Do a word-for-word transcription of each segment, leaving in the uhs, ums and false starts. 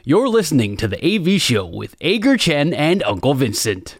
You're listening to The A V Show with Ager Chen and Uncle Vincent.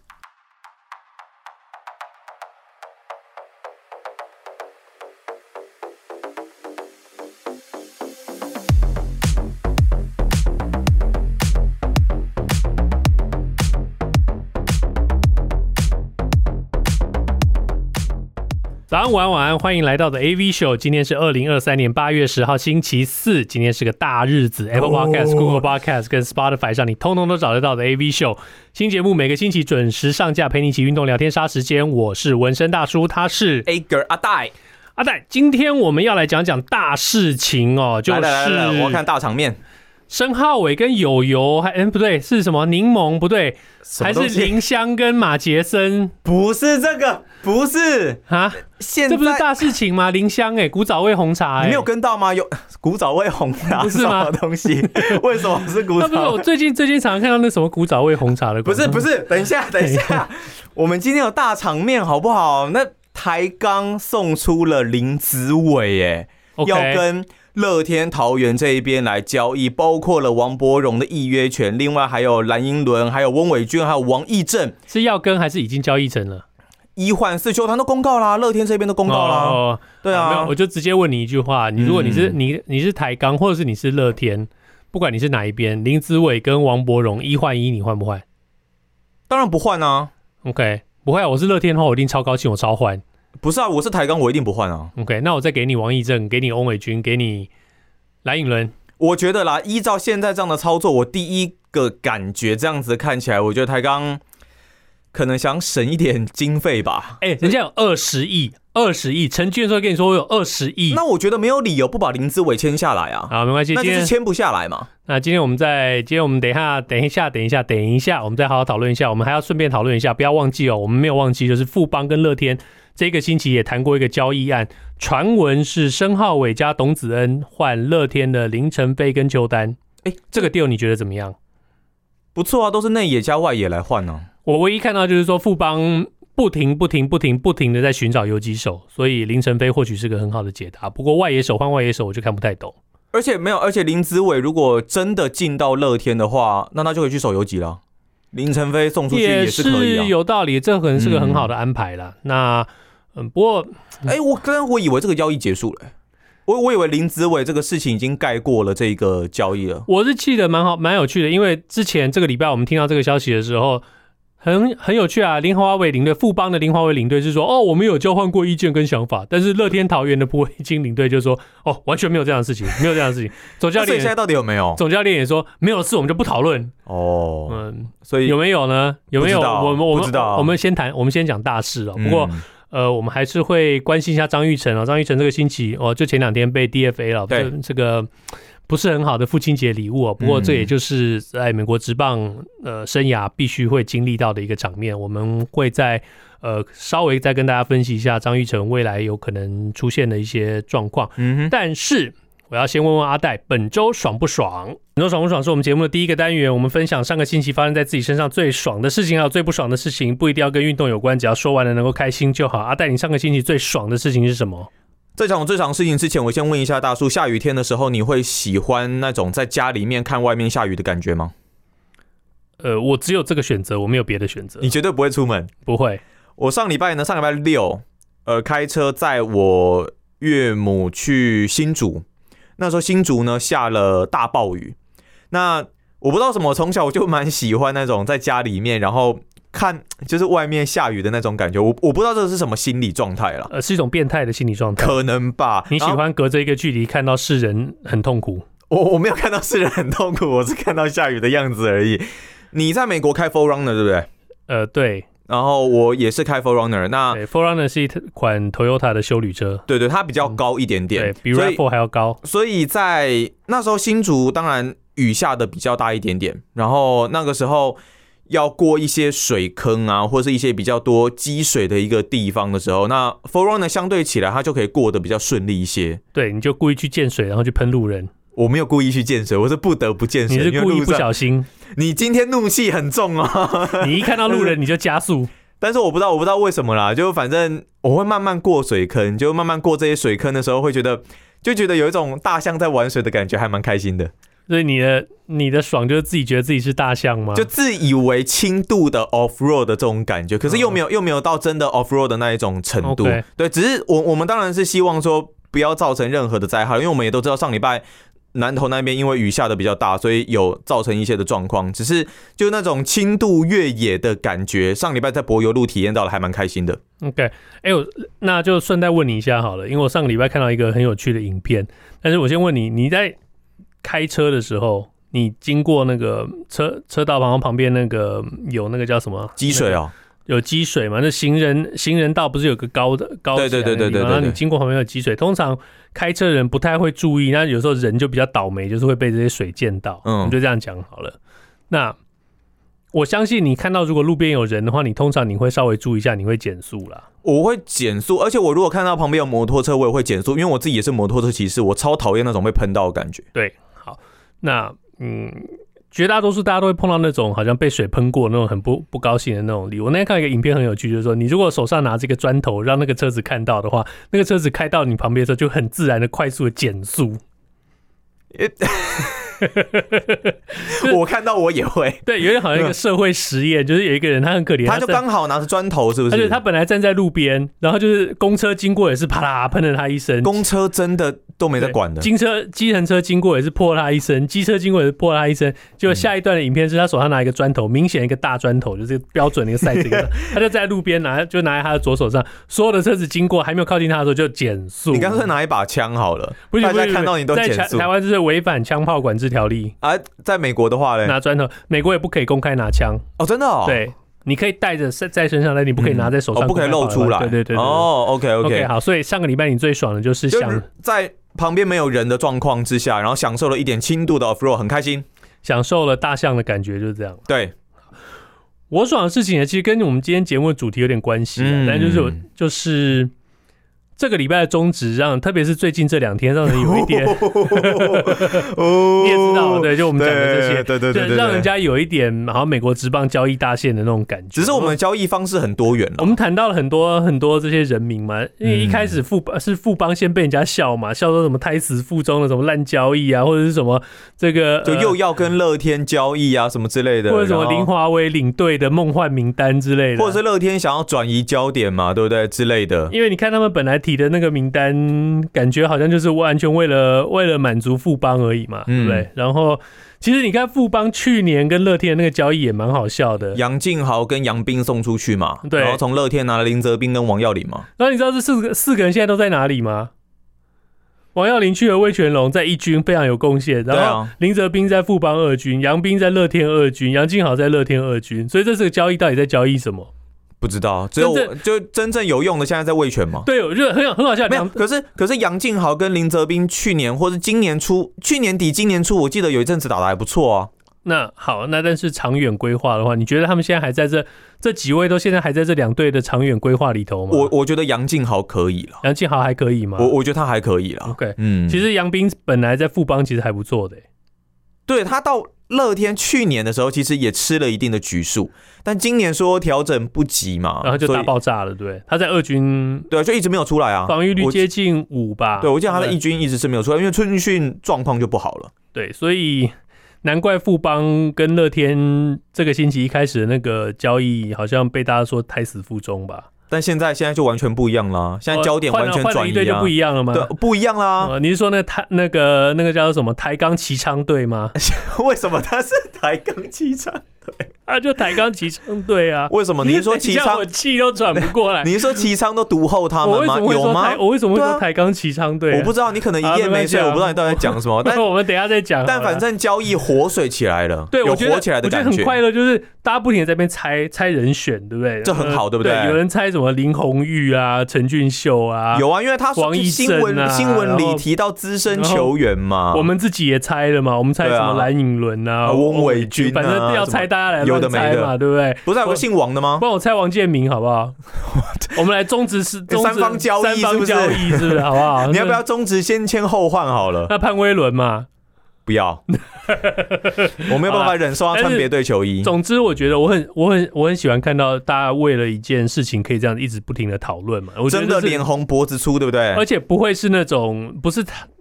早安，晚安，晚安，欢迎来到的 A V Show。今天是二零二三年八月十号，星期四。今天是个大日子 ，Apple Podcast、Google Podcast 跟 Spotify 上你通通都找得到的 A V Show 新节目，每个星期准时上架，陪你一起运动聊天杀时间。我是纹身大叔，他是 Ager 阿戴。 阿戴，今天我们要来讲讲大事情哦，就是来来来来我看大场面。 申浩瑋跟友友，还嗯不对，是什么柠檬不对，还是林香跟马杰森？ 不是这个，不是啊， 现在这不是大事情吗？林香哎、欸，古早味红茶、欸， 你没有跟到吗？有古早味红茶不是吗？ 什么东西？为什么是古早味？ 不是，我最近最近常常看到那什么古早味红茶的广告。 不是不是，等一下等一下，我们今天有大场面好不好？那台钢送出了林子伟哎、okay ，要跟乐天桃园这一边来交易，包括了王柏融的预约权，另外还有蓝英伦、还有温伟君、还有王义正， 是要跟还是已经交易成了？ 一换四，球团都公告啦，乐天这边都公告啦。哦，对啊， 啊没有，我就直接问你一句话：你如果你是、嗯、你你是台钢，或者是你是乐天，不管你是哪一边，林子伟跟王柏融一换一，你换不换？ 当然不换啊。 OK， 不会啊，我是乐天的话，我一定超高兴，我超换。 不是啊，我是台钢，我一定不换啊。 OK， 那我再给你王义正，给你翁伟君，给你蓝颖伦。 我觉得啦，依照现在这样的操作，我第一个感觉这样子看起来，我觉得台钢可能想省一点经费吧。 哎、欸，人家有二十亿，二十亿，陈俊说跟你说我有二十亿， 那我觉得没有理由不把林子伟签下来啊。 好，没关系， 那就是签不下来嘛。 那今天我们再，今天我们等一下，等一下，等一下，等一下，我们再好好讨论一下。我们还要顺便讨论一下，不要忘记哦，我们没有忘记，就是富邦跟乐天这个星期也谈过一个交易案，传闻是申浩瑋加董子恩换乐天的林承飞跟邱丹。哎，这个 deal 你觉得怎么样？ 不错啊，都是内野加外野来换呢、啊。 我唯一看到就是说富邦不停、不停、不停、不停的在寻找游击手，所以林承飞或许是个很好的解答。不过外野手换外野手，我就看不太懂。 而且没有，而且林子伟如果真的进到乐天的话，那他就可以去守游击了。林承飞送出去也是可以啊， 也是有道理，这可能是个很好的安排啦。嗯、那嗯，不过， 哎、欸，我刚刚我以为这个交易结束了、欸，我我以为林子伟这个事情已经盖过了这个交易了。 我是记得蛮好，蛮有趣的，因为之前这个礼拜我们听到这个消息的时候，很很有趣啊。林华伟领队，富邦的林华伟领队是说，哦，我们有交换过意见跟想法，但是乐天桃园的朴伟金领队就说，哦，完全没有这样的事情，没有这样的事情。总教练现在到底有没有？ 总教练也说没有的事，我们就不讨论。 哦， 嗯， 所以有没有呢？有没有？我们我们不知道， 我们先谈，我们先讲大事哦。不过。嗯呃，我们还是会关心一下张育成哦。张育成这个星期哦，就前两天被 D F A 了，对这个不是很好的父亲节礼物哦。不过这也就是在美国职棒呃生涯必须会经历到的一个场面。我们会在呃稍微再跟大家分析一下张育成未来有可能出现的一些状况。嗯哼，但是我要先问问阿戴，本周爽不爽？本周爽不爽是我们节目的第一个单元，我们分享上个星期发生在自己身上最爽的事情，还有最不爽的事情，不一定要跟运动有关，只要说完了能够开心就好。阿戴，你上个星期最爽的事情是什么？ 在讲我最爽的事情之前，我先问一下大叔，下雨天的时候，你会喜欢那种在家里面看外面下雨的感觉吗？ 呃，我只有这个选择，我没有别的选择。 你绝对不会出门？ 不会。 我上礼拜呢，上礼拜六，呃，开车载我岳母去新竹。那时候新竹呢下了大暴雨，那我不知道什么，从小我就蛮喜欢那种在家里面，然后看就是外面下雨的那种感觉。我我不知道这是什么心理状态啦， 呃，是一种变态的心理状态， 可能吧。 你喜欢隔着一个距离看到世人很痛苦？ 我我没有看到世人很痛苦，我是看到下雨的样子而已。你在美国开 four runner 对不对？ 呃，对。 然后我也是开 four runner， 那对 four runner 是一款 Toyota 的休旅车， 对对，它比较高一点点， 嗯、对比 R A V 四 还要高。 所以在那时候新竹当然雨下的比较大一点点，然后那个时候要过一些水坑啊，或是一些比较多积水的一个地方的时候，那 four runner 相对起来它就可以过得比较顺利一些。 对，你就故意去见水，然后去喷路人。 我没有故意去见水，我是不得不见水。 你是故意不小心？ 你今天怒气很重哦， 你一看到路人你就加速。 但是我不知道，我不知道为什么啦，就反正我会慢慢过水坑，就慢慢过这些水坑的时候，会觉得就觉得有一种大象在玩水的感觉，还蛮开心的。 所以你的你的爽就是自己觉得自己是大象吗？ 就自以为轻度的 off road 的这种感觉，可是又没有、嗯、又没有到真的 off road 的那一种程度。Okay. 对，只是我我们当然是希望说不要造成任何的灾害，因为我们也都知道上礼拜南投那边因为雨下的比较大，所以有造成一些的状况。只是就那种轻度越野的感觉，上礼拜在柏油路体验到了，还蛮开心的。 OK， 哎、欸，那就顺带问你一下好了，因为我上个礼拜看到一个很有趣的影片，但是我先问你，你在开车的时候，你经过那个车车道旁旁边那个有那个叫什么积水哦？ 有积水嘛？那行人行人道不是有个高的高对对对对对， 然后你经过旁边有积水，通常开车人不太会注意，那有时候人就比较倒霉，就是会被这些水溅到。嗯，我们就这样讲好了。那我相信你看到如果路边有人的话，你通常你会稍微注意一下，你会减速啦。 我会减速，而且我如果看到旁边有摩托车，我也会减速，因为我自己也是摩托车骑士，我超讨厌那种被喷到的感觉。 对，好，那嗯。绝大多数大家都会碰到那种好像被水喷过那种很不不高兴的那种力。我那天看一个影片很有趣，就是说你如果手上拿这个砖头让那个车子看到的话，那个车子开到你旁边的时候就很自然的快速的减速。 我看到我也会， 对，有点好像一个社会实验，就是有一个人他很可怜， 他就刚好拿着砖头，是不是？ 而且他本来站在路边，然后就是公车经过也是啪啦喷了他一身， 公车真的都没在管的， 机车计程车经过也是泼了他一身，机车经过也是泼了他一身。结果下一段的影片是他手上拿一个砖头，明显一个大砖头，就是标准的一个 size， 他就在路边拿，就拿在他的左手上，所有的车子经过还没有靠近他的时候就减速。 你干脆拿一把枪好了， 不大家看到你都减速。 在台湾就是违反枪炮管制条例啊。在美国的话呢， 拿砖头，美国也不可以公开拿枪哦，真的哦， 对，你可以带着在身上，但你不可以拿在手上， 嗯哦、不可以露出来， 对对 对, 對， 哦 ，OK OK OK， 好，所以上个礼拜你最爽的就是想就在旁边没有人的状况之下，然后享受了一点轻度的 off road， 很开心， 享受了大象的感觉，就是这样。 对， 我爽的事情呢，其实跟我们今天节目的主题有点关系、嗯，但就是就是。这个礼拜的中职让，特别是最近这两天，让人有一点，你也知道，对，就我们讲的这些， 对对 对, 對， 就让人家有一点好像美国职棒交易大线的那种感觉。 只是我们的交易方式很多元了。 我们谈到了很多很多这些人名嘛，因为一开始富是富邦先被人家笑嘛，笑说什么胎死腹中的什么烂交易啊，或者是什么这个就又要跟乐天交易啊什么之类的， 或者什么林华威领队的梦幻名单之类的， 或者是乐天想要转移焦点嘛，对不对之类的？ 因为你看他们本来提的那个名单，感觉好像就是完全为了为了满足富邦而已嘛，嗯、对不对？然后其实你看富邦去年跟乐天的那个交易也蛮好笑的， 杨敬豪跟杨斌送出去嘛， 对， 然后从乐天拿了林哲斌跟王耀林嘛。 然后你知道这四个四个人现在都在哪里吗？王耀林去了味全龙，在一军非常有贡献，然后林哲斌在富邦二军，杨斌在乐天二军，杨敬豪在乐天二军，所以这是个交易到底在交易什么？ 不知道，只有我就真正有用的现在在味全嘛。 对，我觉得很很好笑。 没有，可是可是杨敬豪跟林哲斌去年或是今年初、去年底、今年初，我记得有一阵子打得还不错啊。 那好，那但是长远规划的话，你觉得他们现在还在这这几位都现在还在这两队的长远规划里头吗？ 我我觉得杨敬豪可以了， 杨敬豪还可以吗？ 我我觉得他还可以了。 OK， 嗯，其实杨斌本来在富邦其实还不错的、欸， 对他到乐天去年的时候，其实也吃了一定的局数，但今年说调整不及嘛， 然后就大爆炸了，对，他在二军， 对，就一直没有出来啊， 防御率接近五吧， 对，我记得他在一军一直是没有出来，因为春训状况就不好了， 对，所以难怪富邦跟乐天这个星期一开始的那个交易，好像被大家说胎死腹中吧。 但现在现在就完全不一样啦，现在焦点完全转移啊， 换了一队就不一样了吗？ 对，不一样啦。 呃、你是说那台那个那个叫什么台钢旗昌队吗？ 为什么他是台钢旗昌队？ 啊，就台钢旗昌队啊。 为什么？你是说旗昌？ 我气都转不过来。 你是说旗昌都独厚他们吗？有吗？ 我为什么会说台钢旗昌队、啊？ 我不知道，你可能一夜没睡，啊、我不知道你到底在讲什么。但我们等一下再讲。 但反正交易活水起来了， 对， 有活起来的感觉。 我觉得很快乐，就是大家不停的在那边猜猜人选，对不对？ 这很好，对不对？ 对，有人猜什么林红玉啊、陈俊秀啊， 有啊，因为他王一新闻、啊、新闻里提到资深球员嘛， 我们自己也猜了嘛，我们猜什么蓝颖伦啊、 翁伟君， 反正要猜大家来乱猜嘛，对不对？ 不是有个姓王的吗？ 帮我猜王建民好不好？我们来中职是三方交易， 三方交易是不是？好不好？ 你要不要中职先签后换好了？ 那潘威伦嘛？ 不要，我没有办法忍受他穿别队球衣。 总之，我觉得我很、我很、我很喜欢看到大家为了一件事情可以这样一直不停的讨论嘛。我觉得真的脸红脖子粗，对不对？ 而且不会是那种不是他。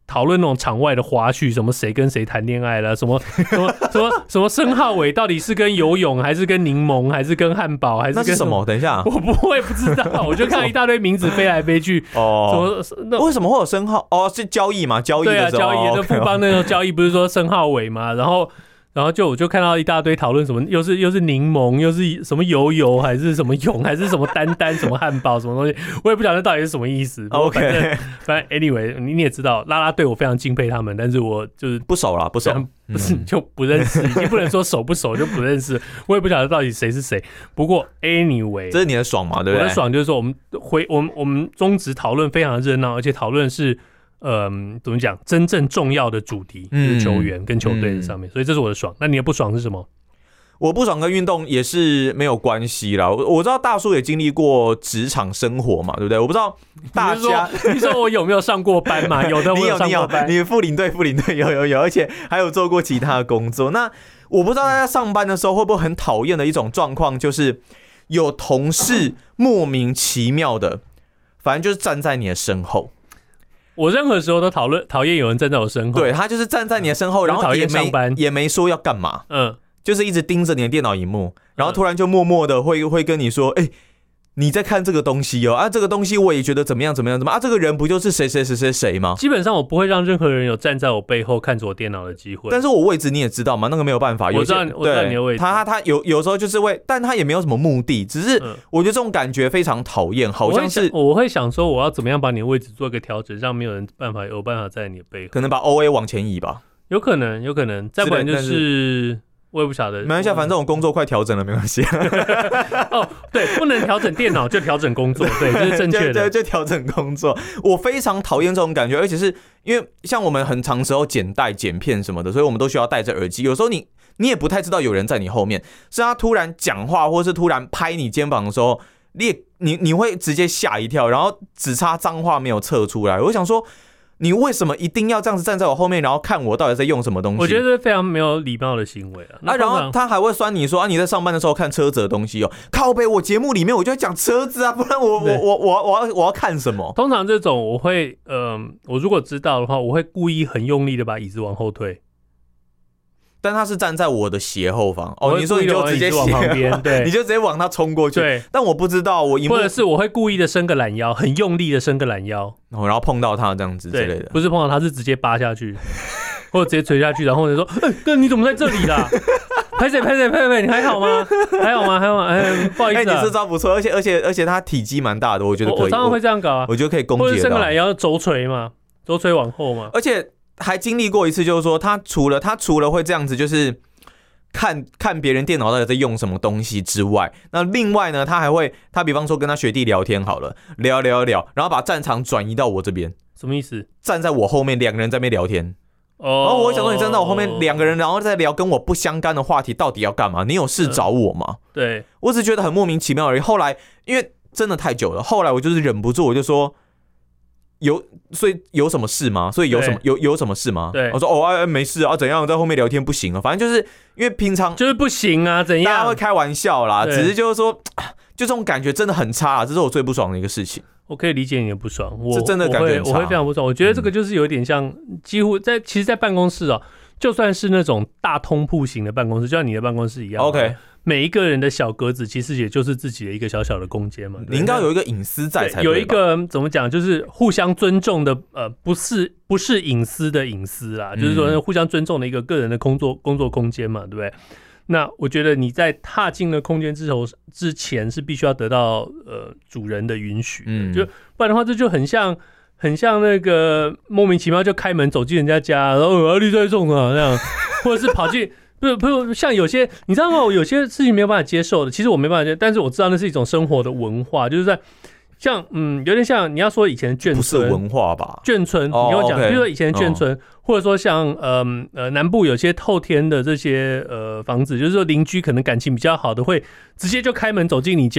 讨论那种场外的花絮，什么谁跟谁谈恋爱了，什么什么什么什么申浩伟到底是跟游泳还是跟柠檬还是跟汉堡还是跟那是什么？等一下， 我不会不知道，我就看到一大堆名字飞来飞去。 哦， 什么那为什么会有申浩？哦，是交易嘛？交易的时候， 对啊，交易那哦富邦那时候交易不是说申浩伟嘛，然后。然后就我就看到一大堆讨论什么，又是又是柠檬，又是什么油油，还是什么泳，还是什么丹丹，什么汉堡，什么东西，我也不晓得到底是什么意思。 OK， 反正反正 anyway， 你也知道，啦啦队我非常敬佩他们，但是我就是不熟啦，不熟， 不是就不认识，已经不能说熟不熟就不认识，我也不晓得到底谁是谁。不过 anyway， 这是你的爽嘛，对不对？ 我的爽就是说我们回我们我们中职讨论非常热闹，而且讨论是。呃，怎么讲？真正重要的主题就是球员跟球队上面，嗯、所以这是我的爽。那你的不爽是什么？ 我不爽跟运动也是没有关系啦。我我知道大叔也经历过职场生活嘛，对不对？我不知道大家， 你 说, 你说我有没有上过班嘛？有的，我有上过班。 你有，你副领队、副领队有有有，而且还有做过其他的工作。那我不知道大家上班的时候会不会很讨厌的一种状况，就是有同事莫名其妙的，反正就是站在你的身后。 我任何时候都讨论讨厌有人站在我身后， 对他就是站在你的身后，然后也没也没说要干嘛，嗯，就是一直盯着你的电脑萤幕，然后突然就默默的会会跟你说，哎、欸，你在看这个东西哦，啊，这个东西我也觉得怎么样怎么样怎么样啊，这个人不就是谁谁谁谁谁吗？ 基本上我不会让任何人有站在我背后看着我电脑的机会， 但是我位置你也知道嘛，那个没有办法， 我知道我知道你的位置， 他他他有有时候就是会，但他也没有什么目的，只是我觉得这种感觉非常讨厌，好像是我会, 我会想说我要怎么样把你的位置做一个调整，让没有人办法有办法在你的背后， 可能把 O A 往前移吧， 有可能有可能，再不然就是。我也不晓得， 没关系，反正这种工作快调整了，没关系。 哦，对，不能调整电脑就调整工作，对，这是正确的， 对，就调整工作。我非常讨厌这种感觉，而且是因为像我们很长时候剪带、剪片什么的，所以我们都需要戴着耳机。有时候你你也不太知道有人在你后面，是他突然讲话，或是突然拍你肩膀的时候，你也你你会直接吓一跳，然后只差脏话没有测出来。我想说。你为什么一定要这样子站在我后面，然后看我到底在用什么东西？ 我觉得这非常没有礼貌的行为啊！ 啊，然后他还会酸你说啊，你在上班的时候看车子的东西哦，靠北！我节目里面我就要讲车子啊，不然我我我我我要我要看什么？ 通常这种我会，嗯、呃，我如果知道的话，我会故意很用力的把椅子往后推。 但他是站在我的斜后方哦，你说你就直接往旁边，对， 你就直接往他冲过去。 对， 但我不知道我或者是我会故意的伸个懒腰，很用力的伸个懒腰， 然后碰到他这样子之类的， 不是碰到他，是直接扒下去，或者直接垂下去，然后就说：“哎、欸，哥，你怎么在这里啦？拍谁拍谁拍谁，你还好吗？还好吗？还好吗？哎，不好意思、啊， 哎、欸，你这招不错，而且而且而且他体积蛮大的，我觉得可以。我, 我常常会这样搞啊， 我觉得可以攻击到， 或者伸个懒腰轴垂嘛，轴垂往后嘛， 而且还经历过一次，就是说他除了他除了会这样子，就是。看看别人电脑到底在用什么东西之外，那另外呢，他还会，他比方说跟他学弟聊天好了，聊聊聊，然后把战场转移到我这边， 什么意思？ 站在我后面，两个人在那边聊天。哦，然后我会想说，你站在我后面，两个人，然后再聊跟我不相干的话题，到底要干嘛？你有事找我吗？ 嗯、对， 我只觉得很莫名其妙而已。后来因为真的太久了，后来我就是忍不住，我就说。有，所以有什么事吗？所以有什么有有什么事吗？ 对， 我说哦，哎、啊，没事啊，怎样在后面聊天不行啊？反正就是因为平常就是不行啊，怎样？ 大家会开玩笑啦，只是就是说，就这种感觉真的很差、啊，这是我最不爽的一个事情。 我可以理解你的不爽，我这真的感觉很差， 我会我会非常不爽。我觉得这个就是有点像，几乎在其实，在办公室啊，就算是那种大通铺型的办公室，就像你的办公室一样 ，OK。 每一个人的小格子其实也就是自己的一个小小的空间嘛， 你应该有一个隐私在才对吧， 有一个怎么讲，就是互相尊重的，呃，不是不是隐私的隐私啦，嗯、就是说互相尊重的一个个人的工作工作空间嘛，对不对？那我觉得你在踏进了空间之后之前是必须要得到呃主人的允许的，嗯，就不然的话这就很像很像那个莫名其妙就开门走进人家家，然后呃绿在种啊那样，或者是跑进。不是不是，像有些你知道吗？有些事情没有办法接受的，其实我没办法接受，但是我知道那是一种生活的文化，就是在像嗯，有点像你要说以前的眷村， 不是文化吧？ 眷村， 哦、 你跟我讲， okay, 比如说以前的眷村，哦、或者说像呃呃南部有些透天的这些呃房子，就是说邻居可能感情比较好的，会直接就开门走进你家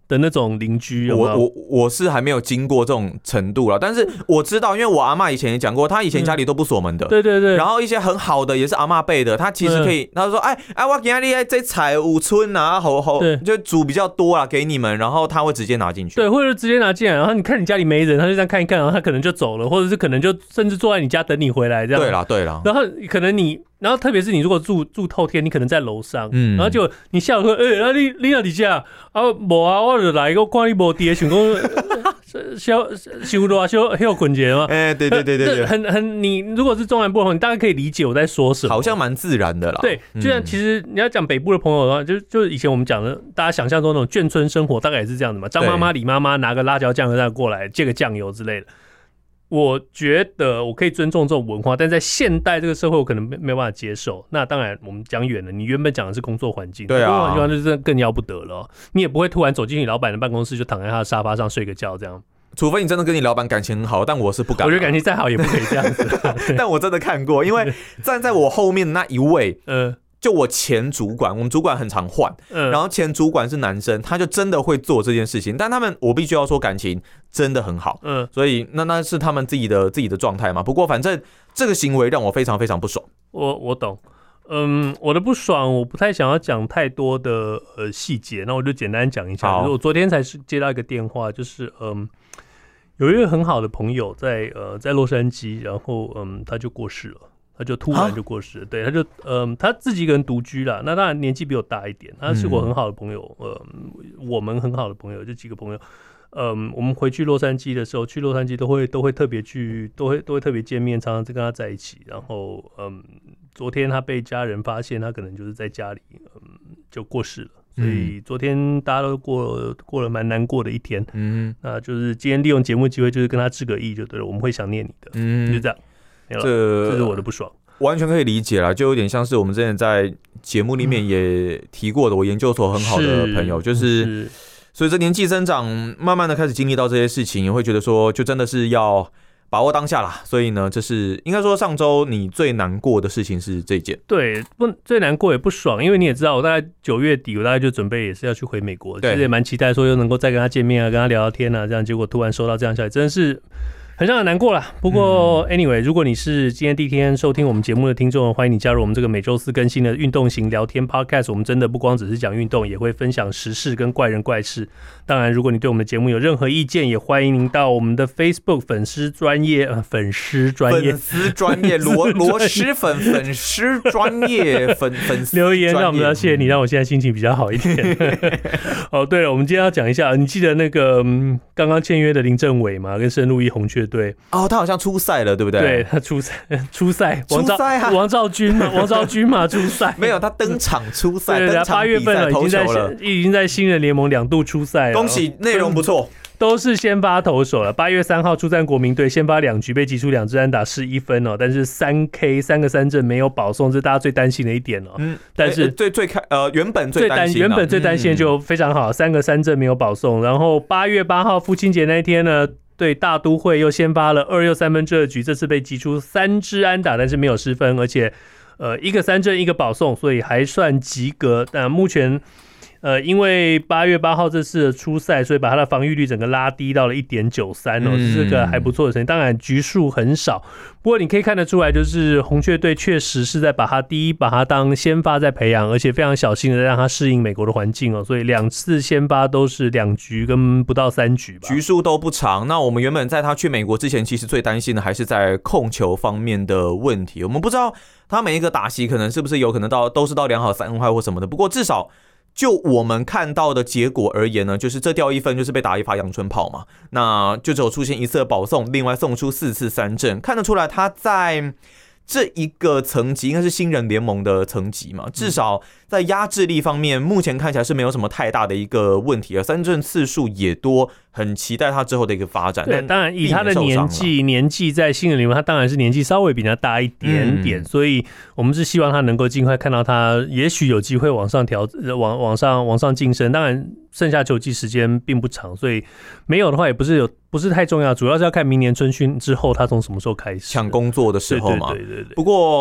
的那种邻居有没有？ 我我我是还没有经过这种程度啦，但是我知道，因为我阿嬷以前也讲过，她以前家里都不锁门的， 嗯、对对对。 然后一些很好的也是阿嬷辈的，她其实可以，她、嗯、说，哎哎，我今天这采五村啊，好好就煮比较多啦，给你们，然后她会直接拿进去， 对，或者直接拿进来，然后你看你家里没人，她就这样看一看，然后她可能就走了，或者是可能就甚至坐在你家等你回来这样。 对啦对啦， 然后可能你。然后特别是你如果住住透天，你可能在楼上， 嗯， 然后就你下午说，哎、欸，啊你你哪底下啊？无啊，我就来个看你无跌，想讲小想多小小困觉吗？ 哎、欸，对对对对对， 很很你如果是中南部的话，你大概可以理解我在说什么， 好像蛮自然的啦。 对，就像其实你要讲北部的朋友的话，就就是以前我们讲的，大家想象中那种眷村生活，大概也是这样的嘛。张妈妈、李妈妈拿个辣椒酱这样过来，借个酱油之类的。我觉得我可以尊重这种文化，但在现代这个社会，我可能没没有办法接受。那当然，我们讲远了，你原本讲的是工作环境， 对啊， 工作环境就真的更要不得了、哦。你也不会突然走进你老板的办公室，就躺在他的沙发上睡个觉这样。 除非你真的跟你老板感情很好，但我是不敢、啊。 我觉得感情再好也不可以这样子。 但我真的看过，因为站在我后面的那一位， 呃。 就我前主管，我们主管很常换、嗯，然后前主管是男生，他就真的会做这件事情，但他们我必须要说感情真的很好，嗯，所以那那是他们自己的自己的状态嘛。不过反正这个行为让我非常非常不爽。 我我懂，嗯，我的不爽我不太想要讲太多的呃细节，那我就简单讲一下。就是我昨天才是接到一个电话，就是嗯，有一个很好的朋友在呃在洛杉矶，然后嗯他就过世了。他就突然就过世了，对，他就嗯，他自己一个人独居啦。那当然年纪比我大一点，他是我很好的朋友，呃、嗯，我们很好的朋友，就几个朋友，嗯，我们回去洛杉矶的时候，去洛杉矶都会都会特别去，都会都会特别见面，常常跟他在一起。然后嗯，昨天他被家人发现，他可能就是在家里，嗯，就过世了。所以昨天大家都过了过了蛮难过的一天，嗯，那就是今天利用节目机会，就是跟他致个意就对了，我们会想念你的，嗯，就这样。这这是我的不爽， 完全可以理解啦，就有点像是我们之前在节目里面也提过的，我研究所很好的朋友，就是，是所以这年纪增长，慢慢的开始经历到这些事情，也会觉得说，就真的是要把握当下啦。所以呢，这是应该说上周你最难过的事情是这件， 对，不最难过也不爽，因为你也知道，我大概九月底，我大概就准备也是要去回美国，其实也蛮期待说又能够再跟他见面啊，跟他聊聊天啊，这样结果突然收到这样消息，真的是。很让人难过啦。不过 anyway， 如果你是今天第一天收听我们节目的听众，欢迎你加入我们这个每周四更新的运动型聊天 podcast。我们真的不光只是讲运动，也会分享时事跟怪人怪事。当然，如果你对我们的节目有任何意见，也欢迎您到我们的 Facebook 粉丝专页、呃、粉丝专页、 粉丝专页、螺螺蛳粉粉丝专页粉粉丝留言，让我们要谢谢你，让我现在心情比较好一点。哦，对了，我们今天要讲一下，你记得那个嗯、刚刚签约的林政伟吗？跟圣路易红雀队哦，他好像出赛了，对不对？ 对，他出赛，出赛， 王兆啊、王兆军嘛，王兆军嘛，出赛没有？他登场出赛， 对，他八月份了，已经在已经在新人联盟两度出赛了， 恭喜，内容不错。 都是先发投手了。八月三号出战国民队，先发两局被击出两支安打失一分哦，但是三 K 三个三振没有保送，这是大家最担心的一点哦。嗯，但是、欸、 最最开呃原本最担心、啊、 原本最担心的就非常好，三、嗯、个三振没有保送。然后八月八号父亲节那一天呢，对大都会又先发了二又三分之二局，这次被击出三支安打，但是没有失分，而且呃一个三振一个保送，所以还算及格。但目前。呃，因为八月八号这次的出赛，所以把他的防御率整个拉低到了 一点九三 哦，这是个还不错的成绩。当然局数很少，不过你可以看得出来，就是红雀队确实是在把他第一把他当先发在培养，而且非常小心的让他适应美国的环境哦。所以两次先发都是两局跟不到三局吧， 局数都不长。那我们原本在他去美国之前，其实最担心的还是在控球方面的问题。我们不知道他每一个打席可能是不是有可能到都是到两好三坏或什么的，不过至少。就我们看到的结果而言呢，就是这掉一分就是被打一发阳春炮嘛，那就只有出现一次的保送，另外送出四次三振，看得出来他在这一个层级应该是新人联盟的层级嘛，至少在压制力方面，目前看起来是没有什么太大的一个问题了，三振次数也多，很期待他之后的一个发展。 对，当然以他的年纪，年纪在新人联盟，他当然是年纪稍微比他大一点点，嗯、所以我们是希望他能够尽快看到他，也许有机会往上调，往往上往上晋升。当然，剩下球季时间并不长，所以没有的话也不是有不是太重要，主要是要看明年春训之后他从什么时候开始抢工作的时候嘛。 对对对 对, 对。 不过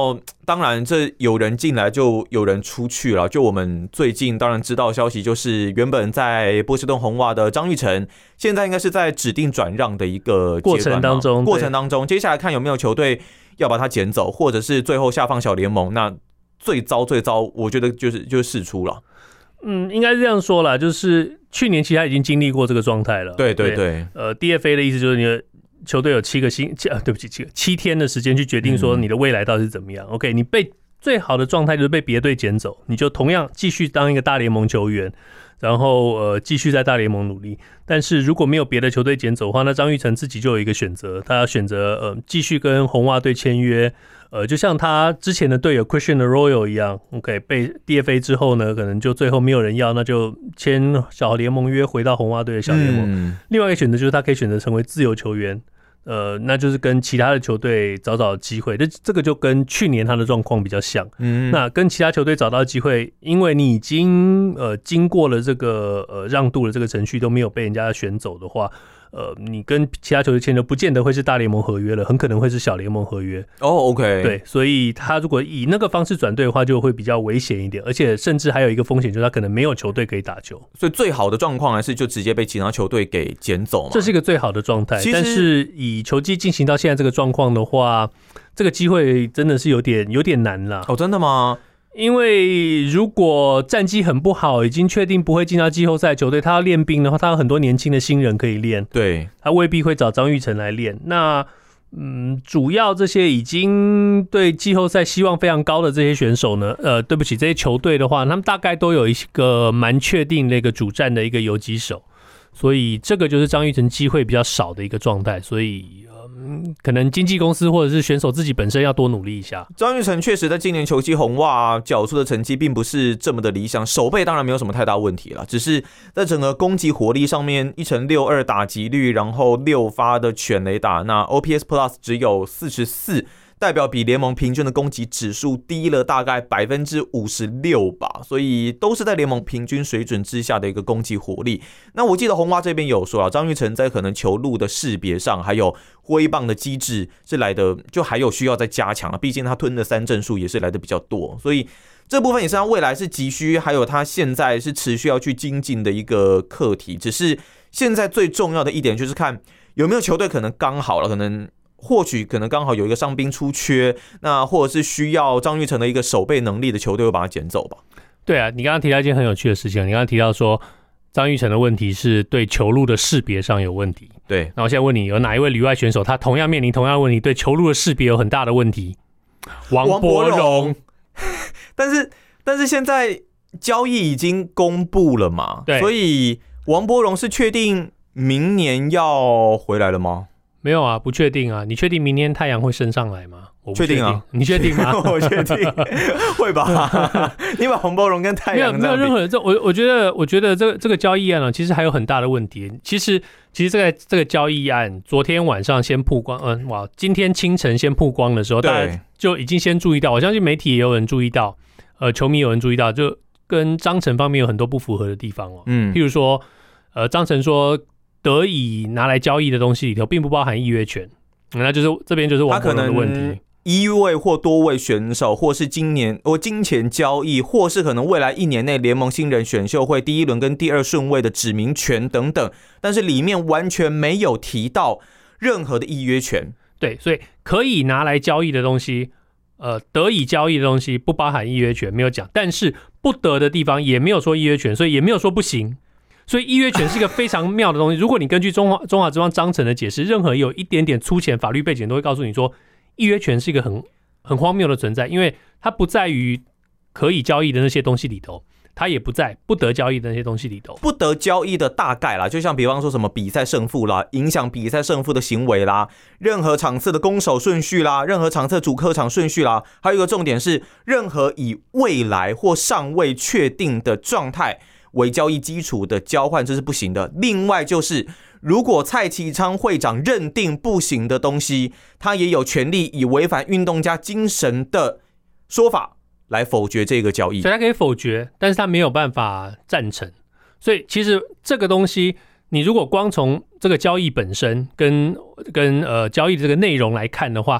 当然这有人进来就有人出去了。就我们最近当然知道消息，就是原本在波士顿红袜的张育成，现在应该是在指定转让的一个过程当中， 过程当中，接下来看有没有球队要把他捡走，或者是最后下放小联盟。那最糟最糟，我觉得就是就是释出了。 嗯，应该是这样说啦，就是去年其实他已经经历过这个状态了。 对对 对, 对，呃 ，D F A 的意思就是你的球队有七个星，七、啊、对不起，七个七天的时间去决定说你的未来到底是怎么样。嗯、OK， 你被最好的状态就是被别队捡走，你就同样继续当一个大联盟球员，然后呃继续在大联盟努力。但是如果没有别的球队捡走的话，那张育成自己就有一个选择，他要选择呃继续跟红袜队签约。呃，就像他之前的队友 Christian Arroyo 一样 ，OK， 被 D F A 之后呢，可能就最后没有人要，那就签小联盟约回到红袜队的小联盟。嗯、另外一个选择就是他可以选择成为自由球员，呃，那就是跟其他的球队找找机会。这这个就跟去年他的状况比较像。嗯，那跟其他球队找到机会，因为你已经呃经过了这个呃让渡的这个程序，都没有被人家选走的话。呃，你跟其他球队签的不见得会是大联盟合约了，很可能会是小联盟合约。 哦、oh, ，OK， 对，所以他如果以那个方式转队的话，就会比较危险一点，而且甚至还有一个风险，就是他可能没有球队可以打球。 所以最好的状况还是就直接被其他球队给捡走嘛， 这是一个最好的状态。但是以球季进行到现在这个状况的话，这个机会真的是有点有点难啦。 哦，真的吗？ 因为如果战绩很不好，已经确定不会进到季后赛球队，他要练兵的话，他有很多年轻的新人可以练。 对， 他未必会找张育成来练。那嗯，主要这些已经对季后赛希望非常高的这些选手呢，呃，对不起，这些球队的话，他们大概都有一个蛮确定的一个主战的一个游击手，所以这个就是张育成机会比较少的一个状态，所以。嗯，可能经纪公司或者是选手自己本身要多努力一下。 张育成确实在今年球季红袜缴出的成绩并不是这么的理想，守备当然没有什么太大问题了，只是在整个攻击火力上面，一成六二打击率，然后六发的全垒打，那 O P S Plus 只有四十四。代表比联盟平均的攻击指数低了大概 百分之五十六 吧，所以都是在联盟平均水准之下的一个攻击火力。那我记得红袜这边有说啊，张育成在可能球路的识别上，还有挥棒的机制是来的，就还有需要再加强了。毕竟他吞的三振数也是来的比较多，所以这部分也是他未来是急需，还有他现在是持续要去精进的一个课题。只是现在最重要的一点就是看有没有球队可能刚好了，可能。或许可能刚好有一个伤兵出缺，那或者是需要张育成的一个守备能力的球队会把他捡走吧。 对啊，你刚刚提到一件很有趣的事情，你刚刚提到说张育成的问题是对球路的识别上有问题。 对， 那我现在问你，有哪一位旅外选手他同样面临同样的问题，对球路的识别有很大的问题？王柏融。 但是但是现在交易已经公布了嘛？ 对， 所以王柏融是确定明年要回来了吗？ 没有啊，不确定啊。你确定明天太阳会升上来吗？我不确定。 确定啊， 你确定吗？ 我确定，会吧？你把黄柏融跟太阳没有没有任何这我我觉得我觉得这个这个交易案呢、啊，其实还有很大的问题。其实其实这个这个交易案，昨天晚上先曝光，嗯哇，今天清晨先曝光的时候，大家就已经先注意到。我相信媒体也有人注意到，呃，球迷有人注意到，就跟章程方面有很多不符合的地方哦。嗯，譬如说，呃，章程说。得以拿来交易的东西里头，并不包含预约权，那就是这边就是王柏融的问题。 一位或多位选手，或是今年或金钱交易，或是可能未来一年内联盟新人选秀会第一轮跟第二顺位的指名权等等，但是里面完全没有提到任何的预约权。 对，所以可以拿来交易的东西，呃，得以交易的东西不包含预约权，没有讲，但是不得的地方也没有说预约权，所以也没有说不行。所以预约权是一个非常妙的东西。如果你根据中华中华职棒章程的解释，任何有一点点粗浅法律背景都会告诉你说，预约权是一个很很荒谬的存在，因为它不在于可以交易的那些东西里头，它也不在不得交易的那些东西里头。 不得交易的大概啦，就像比方说什么比赛胜负啦，影响比赛胜负的行为啦，任何场次的攻守顺序啦，任何场次的主客场顺序啦，还有一个重点是，任何以未来或尚未确定的状态为交易基础的交换，这是不行的。另外就是，如果蔡其昌会长认定不行的东西，他也有权利以违反运动家精神的说法来否决这个交易。 所以他可以否决，但是他没有办法赞成。所以其实这个东西，你如果光从这个交易本身跟跟呃交易的这个内容来看的话，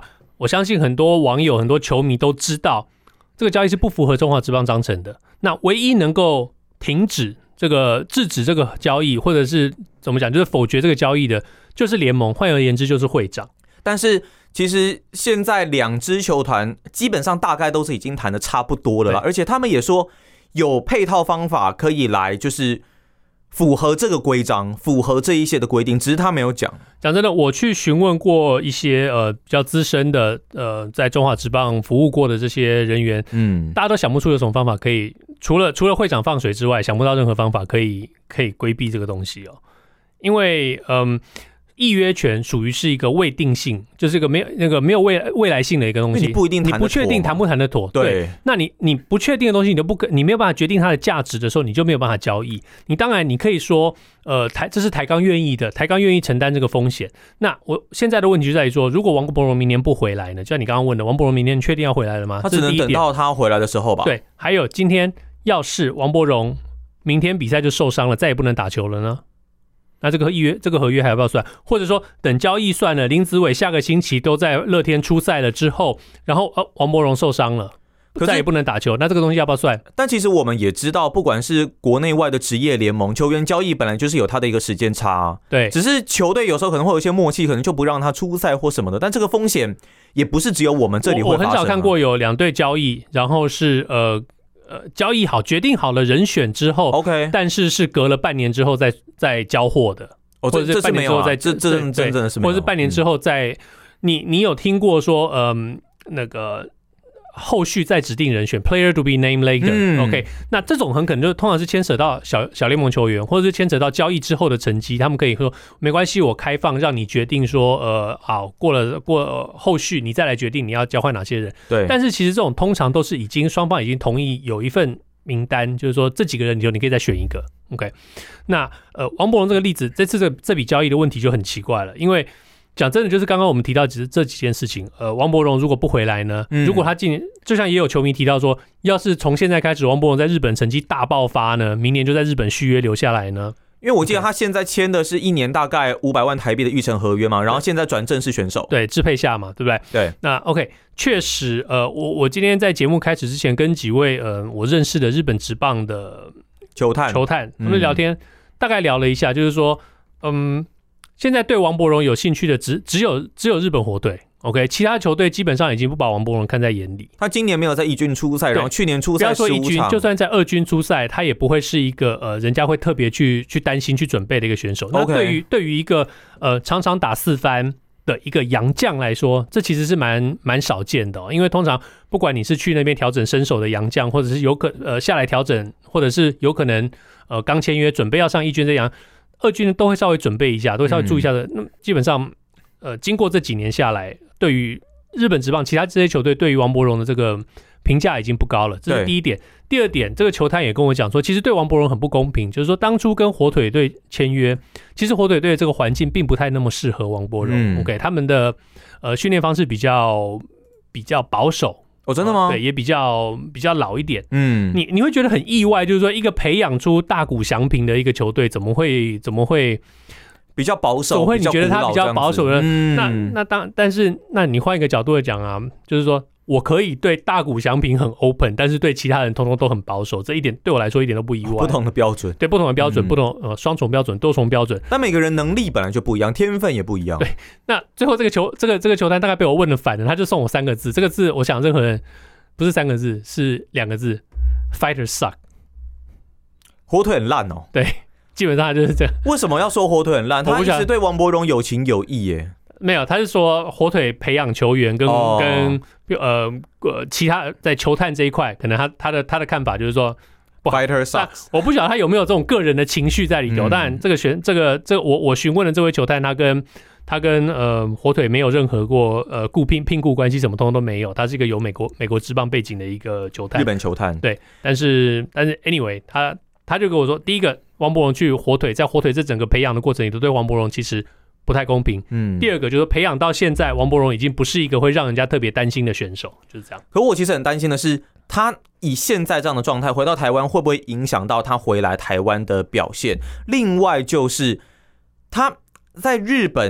我相信很多网友、很多球迷都知道，这个交易是不符合中华职棒章程的。那唯一能够停止这个、制止这个交易，或者是怎么讲，就是否决这个交易的，就是联盟，换而言之就是会长。 但是其实现在两支球团基本上大概都是已经谈的差不多了啦，而且他们也说有配套方法可以来就是符合这个规章，符合这一些的规定，只是他没有讲。 讲真的，我去询问过一些呃比较资深的呃在中华职棒服务过的这些人员，嗯，大家都想不出有什么方法可以，除了除了会长放水之外，想不到任何方法可以可以规避这个东西哦。因为嗯，议约权属于是一个未定性，就是一个没有那个没有未未来性的一个东西， 你不一定谈得妥， 你不确定谈不谈得妥。对，对那你你不确定的东西，你就不你没有办法决定它的价值的时候，你就没有办法交易。你当然你可以说，呃，台这是台钢愿意的，台钢愿意承担这个风险。那我现在的问题就在于说，如果王柏融明年不回来呢？就像你刚刚问的，王柏融明年确定要回来了吗？ 他只能等到他回来的时候吧。 对，还有今天要是王柏融明天比赛就受伤了，再也不能打球了呢？那这个预约这个合约还要不要算？或者说等交易算了，林子伟下个星期都在乐天出赛了之后，然后、呃、王柏融受伤了，再也不能打球，那这个东西要不要算？ 但其实我们也知道，不管是国内外的职业联盟，球员交易本来就是有它的一个时间差、啊， 对， 只是球队有时候可能会有一些默契，可能就不让他出赛或什么的。但这个风险也不是只有我们这里会发生、啊我。我很少看过有两队交易，然后是呃。呃，交易好、决定好了人选之后 ，OK， 但是是隔了半年之后再再交货的， 哦、 或者是半年之后再、 啊、这这真真的是没有， 或者是半年之后再、嗯、你你有听过说，嗯、呃，那个后续再指定人选 ，player to be named later，OK，、嗯 okay, 那这种很可能就通常是牵扯到小小联盟球员，或者是牵扯到交易之后的成绩，他们可以说没关系，我开放让你决定说，呃，好过了过了后续你再来决定你要交换哪些人。 对， 但是其实这种通常都是已经双方已经同意有一份名单，就是说这几个人你就你可以再选一个 ，OK？ 那呃王柏融这个例子，这次这这笔交易的问题就很奇怪了，因为。讲真的，就是刚刚我们提到只是这几件事情。呃，王柏融如果不回来呢？嗯、如果他今年，就像也有球迷提到说，要是从现在开始，王柏融在日本成绩大爆发呢，明年就在日本续约留下来呢？ 因为我记得他现在签的是一年大概五百万台币的预成合约嘛，然后现在转正式选手， 对，支配下嘛，对不对？ 对。 那 OK， 确实，呃，我我今天在节目开始之前，跟几位呃我认识的日本职棒的球探球探，我们聊天、嗯，大概聊了一下，就是说，嗯。现在对王柏融有兴趣的只只有只有日本火腿 ，OK， 其他球队基本上已经不把王柏融看在眼里。 他今年没有在一军出赛，然后去年出赛十五场，不要说一军， 就算在二军出赛，他也不会是一个呃人家会特别去去担心去准备的一个选手。那对于对于一个呃常常打四番的一个洋将来说，这其实是蛮蛮少见的、哦，因为通常不管你是去那边调整身手的洋将，或者是有可呃下来调整，或者是有可能呃刚签约准备要上一军这样。二军都会稍微准备一下，都会稍微注意一下的。那、嗯、基本上，呃，经过这几年下来，对于日本职棒其他这些球队对于王柏融的这个评价已经不高了，这是第一点。第二点，这个球探也跟我讲说，其实对王柏融很不公平，就是说当初跟火腿队签约，其实火腿队的这个环境并不太那么适合王柏融、嗯、，OK， 他们的呃训练方式比较比较保守。 哦，真的吗？ 对，也比较比较老一点。嗯，你你会觉得很意外，就是说一个培养出大谷翔平的一个球队，怎么会怎么会比较保守？ 怎么会你觉得他比较保守呢？嗯、那那当但是那你换一个角度来讲啊，就是说我可以对大谷翔平很 open， 但是对其他人通通都很保守，这一点对我来说一点都不意外。 不同的标准， 对不同的标准，嗯、不同呃双重标准、多重标准。 但每个人能力本来就不一样，天分也不一样。 对，那最后这个球这个这个球单大概被我问了反了，他就送我三个字，这个字我想任何人。不是三个字，是两个字 ，Fighters suck。 火腿很烂哦。 对，基本上就是这样。 为什么要说火腿很烂？他一直对王柏融有情有义耶。 没有，他是说火腿培养球员跟、哦、跟呃呃其他在球探这一块，可能他他的他的看法就是说 ，Fighters suck。 我不晓得他有没有这种个人的情绪在里头。嗯、当然，这个选这个这个、我我询问的这位球探，他跟。他跟呃火腿没有任何过呃雇聘聘雇关系，什么通通都没有。他是一个有美国美国职棒背景的一个球探， 日本球探。 对，但是但是 anyway， 他他就跟我说，第一个，王柏融去火腿，在火腿这整个培养的过程里头，对王柏融其实不太公平。嗯。第二个就是培养到现在，王柏融已经不是一个会让人家特别担心的选手，就是这样。 可我其实很担心的是，他以现在这样的状态回到台湾，会不会影响到他回来台湾的表现？另外就是他。在日本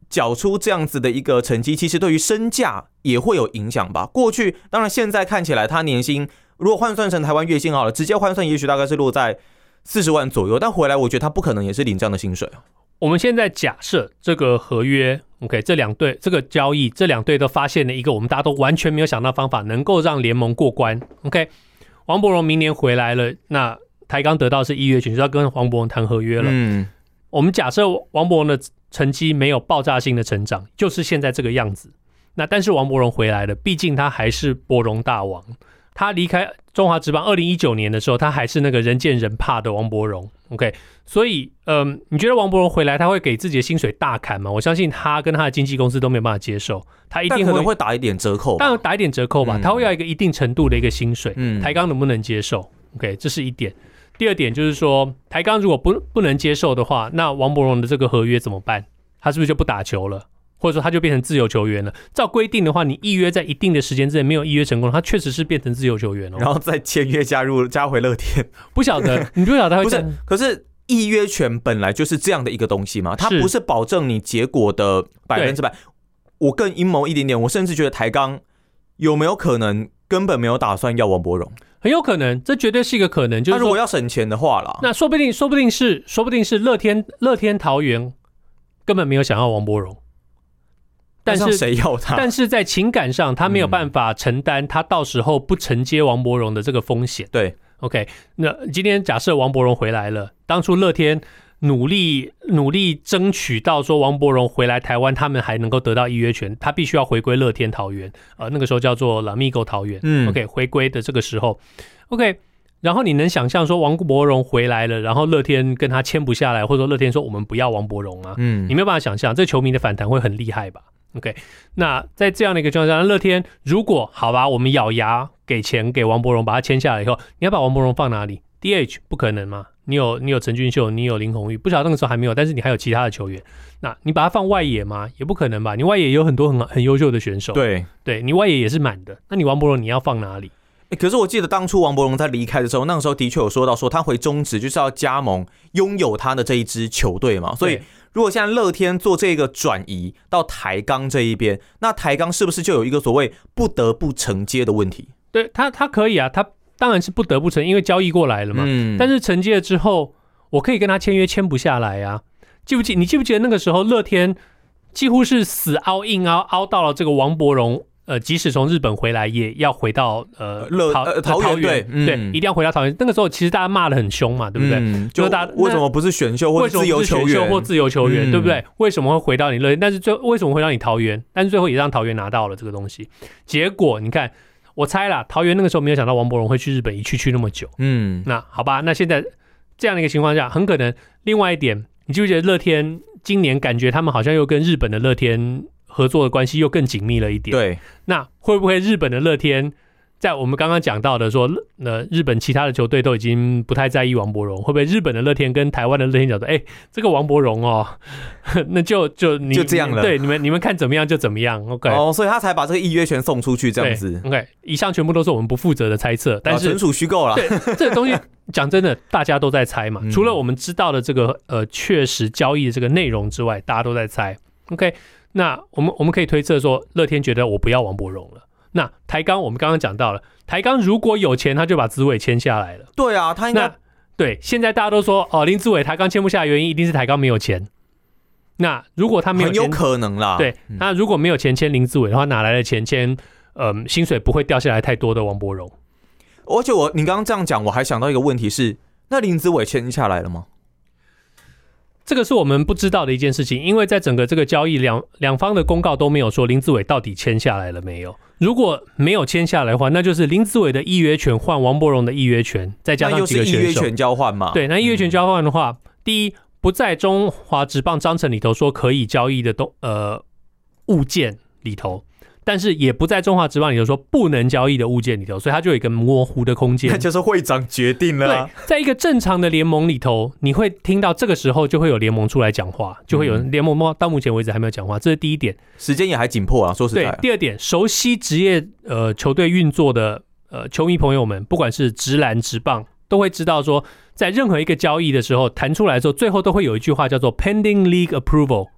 缴出这样子的一个成绩，其实对于身价也会有影响吧？过去当然现在看起来他年薪如果换算成台湾月薪好了，直接换算也许大概是落在四十万左右，但回来我觉得他不可能也是领这样的薪水。 我们现在假设这个合约 OK 这两队这个交易这两队都发现了一个我们大家都完全没有想到方法能够让联盟过关 OK 王柏融明年回来了，那台钢得到是一约权，就要跟王柏融谈合约了。嗯，我们假设王柏融的成绩没有爆炸性的成长，就是现在这个样子。那但是王柏融回来了，毕竟他还是柏融大王。他离开中华职棒二零一九年的时候，他还是那个人见人怕的王柏融 OK 所以嗯，你觉得王柏融回来他会给自己的薪水大砍吗？我相信他跟他的经纪公司都没有办法接受，他一定会但可能会打一点折扣吧， 当然打一点折扣吧、嗯、他会要一个一定程度的一个薪水、嗯、台钢能不能接受 OK 这是一点。第二点就是说台钢如果 不, 不能接受的话，那王柏融的这个合约怎么办？他是不是就不打球了，或者说他就变成自由球员了？照规定的话，你预约在一定的时间之内没有预约成功，他确实是变成自由球员哦， 然后再签约加入加回乐天。 不晓得，你不晓得他会不是？可是预约权本来就是这样的一个东西嘛，它不是保证你结果的百分之百。我更阴谋一点点，我甚至觉得台钢有没有可能根本没有打算要王柏融？ 很有可能，这绝对是一个可能。就是他如果要省钱的话啦， 那说不定，说不定是，说不定是乐天乐天桃园根本没有想要王柏融，但是谁要他？ 但是在情感上，他没有办法承担他到时候不承接王柏融的这个风险。 对 ，OK， 那今天假设王柏融回来了，当初乐天努力努力争取到说王柏融回来台湾，他们还能够得到预约权，他必须要回归乐天桃园，呃，那个时候叫做 Lamigo 桃园、嗯、OK 回归的这个时候 OK， 然后你能想象说王柏融回来了，然后乐天跟他签不下来，或者说乐天说我们不要王柏融吗？嗯，你没有办法想象，这球迷的反弹会很厉害吧 OK， 那在这样的一个状况下，乐天如果好吧，我们咬牙给钱给王柏融把他签下来以后，你要把王柏融放哪里？ D H 不可能嘛，你有你有陈俊秀，你有林鸿玉，不晓得那个时候还没有，但是你还有其他的球员，那你把他放外野吗？也不可能吧，你外野有很多很很优秀的选手， 对对，你外野也是满的，那你王柏融你要放哪里？ 欸、可是我记得当初王柏融在离开的时候，那个时候的确有说到说他回中职就是要加盟拥有他的这一支球队嘛，所以如果现在乐天做这个转移到台钢这一边，那台钢是不是就有一个所谓不得不承接的问题？ 对他，他可以啊，他当然是不得不承，因为交易过来了嘛。嗯、但是承接了之后，我可以跟他签约，签不下来啊。记不记？你记不记得那个时候乐天几乎是死凹硬凹，凹到了这个王柏融。呃，即使从日本回来，也要回到呃桃呃桃园，对、嗯、 对，一定要回到桃园。那个时候其实大家骂得很凶嘛，对不对？嗯、 就大家为什么不是选秀或自由球员？ 为什么不是选秀或自由球员，嗯、对不对？为什么会回到你乐天？但是最为什么回到你桃园？但是最后也让桃园拿到了这个东西。结果你看，我猜啦，桃园那个时候没有想到王柏融会去日本一去去那么久。嗯，那好吧，那现在这样的一个情况下，很可能另外一点，你记不记得乐天今年感觉他们好像又跟日本的乐天合作的关系又更紧密了一点。 对， 那会不会日本的乐天，在我们刚刚讲到的说，呃，日本其他的球队都已经不太在意王柏融，会不会日本的乐天跟台湾的乐天讲说，哎、欸，这个王柏融哦，那就就你就这样了， 对，你们你们看怎么样就怎么样 ，OK。 哦，所以他才把这个预约权送出去，这样子 ，OK。以上全部都是我们不负责的猜测，但是纯属虚构了。 对，这个东西讲真的，大家都在猜嘛。嗯、除了我们知道的这个呃确实交易的这个内容之外，大家都在猜 ，OK。那我们我们可以推测说，乐天觉得我不要王柏融了。那台钢我们刚刚讲到了，台钢如果有钱，他就把子伟签下来了。 对啊，他应该对。现在大家都说哦，林子伟台钢签不下的原因一定是台钢没有钱。那如果他没有钱， 很有可能啦。 对，嗯、那如果没有钱签林子伟的话，哪来的钱签嗯、呃、薪水不会掉下来太多的王柏融？ 而且我你刚刚这样讲，我还想到一个问题是，那林子伟签下来了吗？ 这个是我们不知道的一件事情，因为在整个这个交易两两方的公告都没有说林子伟到底签下来了没有。如果没有签下来的话，那就是林子伟的预约权换王柏融的预约权，再加上几个选手， 那又是预约权交换嘛？ 对，那预约权交换的话，嗯、第一不在中华职棒章程里头说可以交易的东呃物件里头。但是也不在中华职棒里头说不能交易的物件里头，所以它就有一个模糊的空间。 那就是会长决定了、啊。 对，在一个正常的联盟里头，你会听到这个时候就会有联盟出来讲话，就会有联盟到目前为止还没有讲话，这是第一点。 时间也还紧迫啊，说实在。 对，第二点，熟悉职业呃球队运作的呃球迷朋友们，不管是职篮、职棒，都会知道说，在任何一个交易的时候谈出来的时候，最后都会有一句话叫做 pending league approval。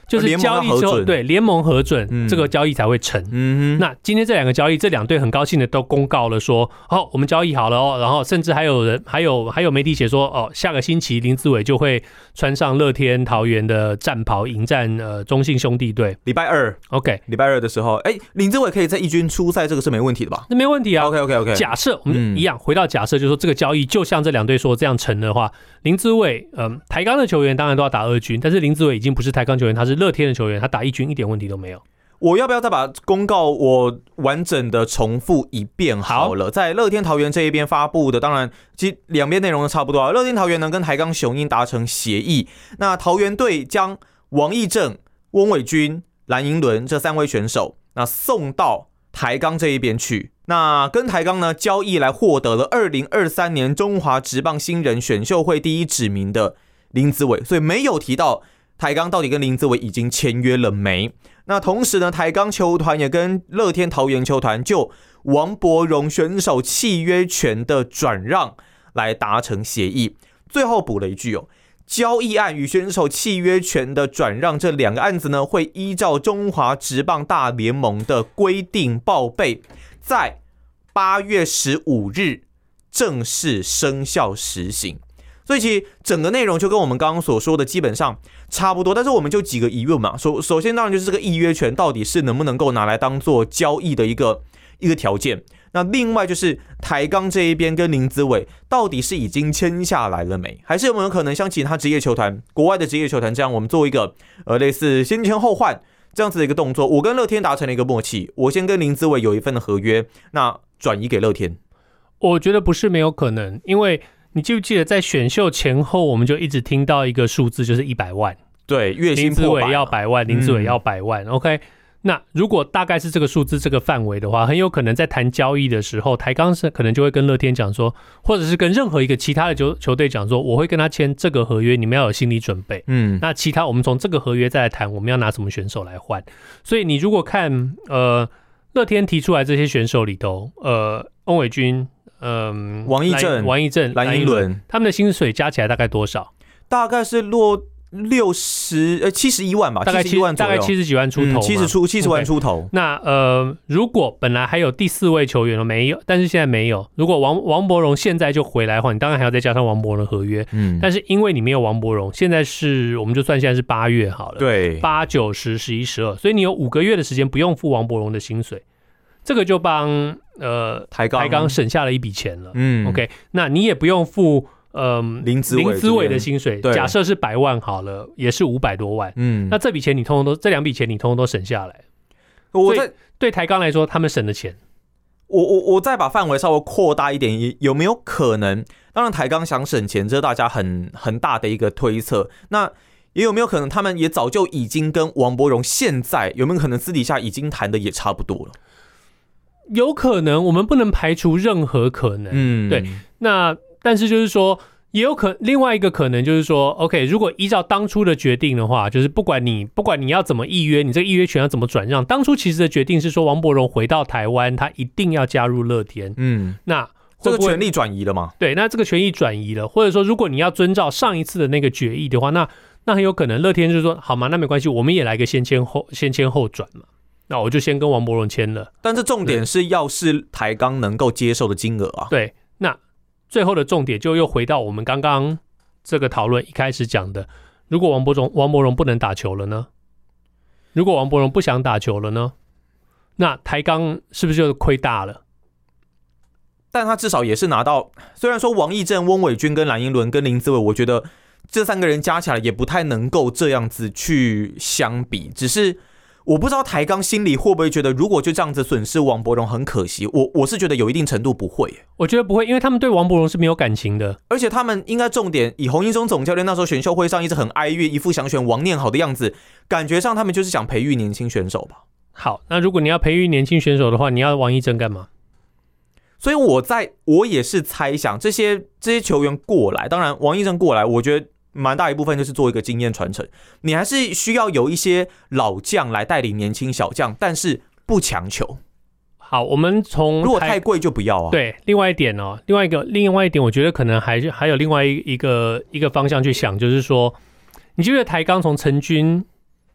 就是交易之后，对联盟核准、嗯、这个交易才会成。嗯，那今天这两个交易，这两队很高兴的都公告了说，哦，我们交易好了哦，然后甚至还有人，还有还有媒体写说，哦，下个星期林子伟就会穿上乐天桃园的战袍迎战呃中信兄弟队。 礼拜二 ，OK， 礼拜二的时候，哎，林子伟可以在一军出赛，这个是没问题的吧？ 那没问题啊。 OK OK OK。 假设我们一样、嗯、回到假设，就是说这个交易就像这两队说这样成的话，林子伟，嗯，台钢的球员当然都要打二军，但是林子伟已经不是台钢球员，他是乐天的球员，他打一军一点问题都没有。 我要不要再把公告我完整的重复一遍好了？好，在乐天桃园这一边发布的，当然其实两边内容都差不多啊。乐天桃园呢跟台钢雄鹰达成协议，那桃园队将王溢正、翁伟君、蓝寅伦这三位选手，那送到台钢这一边去。那跟台钢呢交易来获得了二零二三年中华职棒新人选秀会第一指名的林子伟，所以没有提到台钢到底跟林子伟已经签约了没。那同时呢，台钢球团也跟乐天桃园球团就王柏融选手契约权的转让来达成协议。最后补了一句哦，交易案与选手契约权的转让这两个案子呢，会依照中华职棒大联盟的规定报备，在八月十五日正式生效实行。所以其实整个内容就跟我们刚刚所说的基本上差不多，但是我们就几个疑问嘛。首首先当然就是这个议约权到底是能不能够拿来当做交易的一个一个条件。那另外就是台钢这一边跟林子伟到底是已经签下来了没，还是有没有可能像其他职业球团、国外的职业球团这样，我们做一个呃类似先签后换这样子的一个动作。我跟乐天达成了一个默契，我先跟林子伟有一份的合约，那转移给乐天。 我觉得不是没有可能，因为你记不记得在选秀前后，我们就一直听到一个数字，就是一百万。 对，月薪破百。 林子伟要百万，林子伟要百万。嗯、OK， 那如果大概是这个数字、这个范围的话，很有可能在谈交易的时候，台钢是可能就会跟乐天讲说，或者是跟任何一个其他的球球队讲说，我会跟他签这个合约，你们要有心理准备。嗯，那其他我们从这个合约再来谈，我们要拿什么选手来换。所以你如果看呃乐天提出来这些选手里头，呃，翁伟君。嗯， 王溢正、 王溢正、 蓝寅伦， 他们的薪水加起来大概多少？ 大概是落六十呃七十一万吧， 大概七十万左右， 大概七十几万出头， 七十出七十万出头。 Okay. 那呃，如果本来还有第四位球员了没有，但是现在没有。如果王王柏融现在就回来的话，你当然还要再加上王柏融的合约。嗯，但是因为你没有王柏融，现在是我们就算现在是八月好了， 对， 八九十十一十二，所以你有五个月的时间不用付王柏融的薪水。这个就帮呃台钢台钢省下了一笔钱了。嗯 ，OK， 那你也不用付呃林子林子伟的薪水，假设是百万好了，也是五百多万。嗯，那这笔钱你通通都这两笔钱你通通都省下来。我在对台钢来说，他们省的钱。 我我我再把范围稍微扩大一点，有没有可能？当然台钢想省钱，这是大家很很大的一个推测。那也有没有可能，他们也早就已经跟王柏融现在有没有可能私底下已经谈的也差不多了？ 有可能，我们不能排除任何可能。嗯，对。那但是就是说，也有可另外一个可能就是说 ，OK， 如果依照当初的决定的话，就是不管你不管你要怎么议约，你这个议约权要怎么转让，当初其实的决定是说，王柏融回到台湾，他一定要加入乐天。嗯，那会不会这个权利转移了吗？ 对，那这个权益转移了，或者说，如果你要遵照上一次的那个决议的话，那那很有可能乐天就是说，好嘛，那没关系，我们也来个先签后先签后转嘛。那我就先跟王柏融签了， 但是重点是要是台钢能够接受的金额啊。 对，那最后的重点就又回到我们刚刚这个讨论一开始讲的，如果王柏融王柏融不能打球了呢？如果王柏融不想打球了呢？那台钢是不是就亏大了？ 但他至少也是拿到，虽然说王溢正、翁伟君跟蓝寅伦跟林子伟，我觉得这三个人加起来也不太能够这样子去相比，只是。我不知道台钢心里会不会觉得，如果就这样子损失王柏融很可惜。我我是觉得有一定程度不会， 我觉得不会，因为他们对王柏融是没有感情的， 而且他们应该重点以洪一中总教练那时候选秀会上一直很哀怨，一副想选王念好的样子，感觉上他们就是想培育年轻选手吧。 好，那如果你要培育年轻选手的话，你要王溢正干嘛？ 所以我在我也是猜想这些这些球员过来，当然王溢正过来，我觉得。蛮大一部分就是做一个经验传承，你还是需要有一些老将来带领年轻小将，但是不强求。 好，我们从如果太贵就不要啊。 对，另外一点哦，另外一个另外一点，我觉得可能还是还有另外一个一个方向去想，就是说，你记得台钢从陈军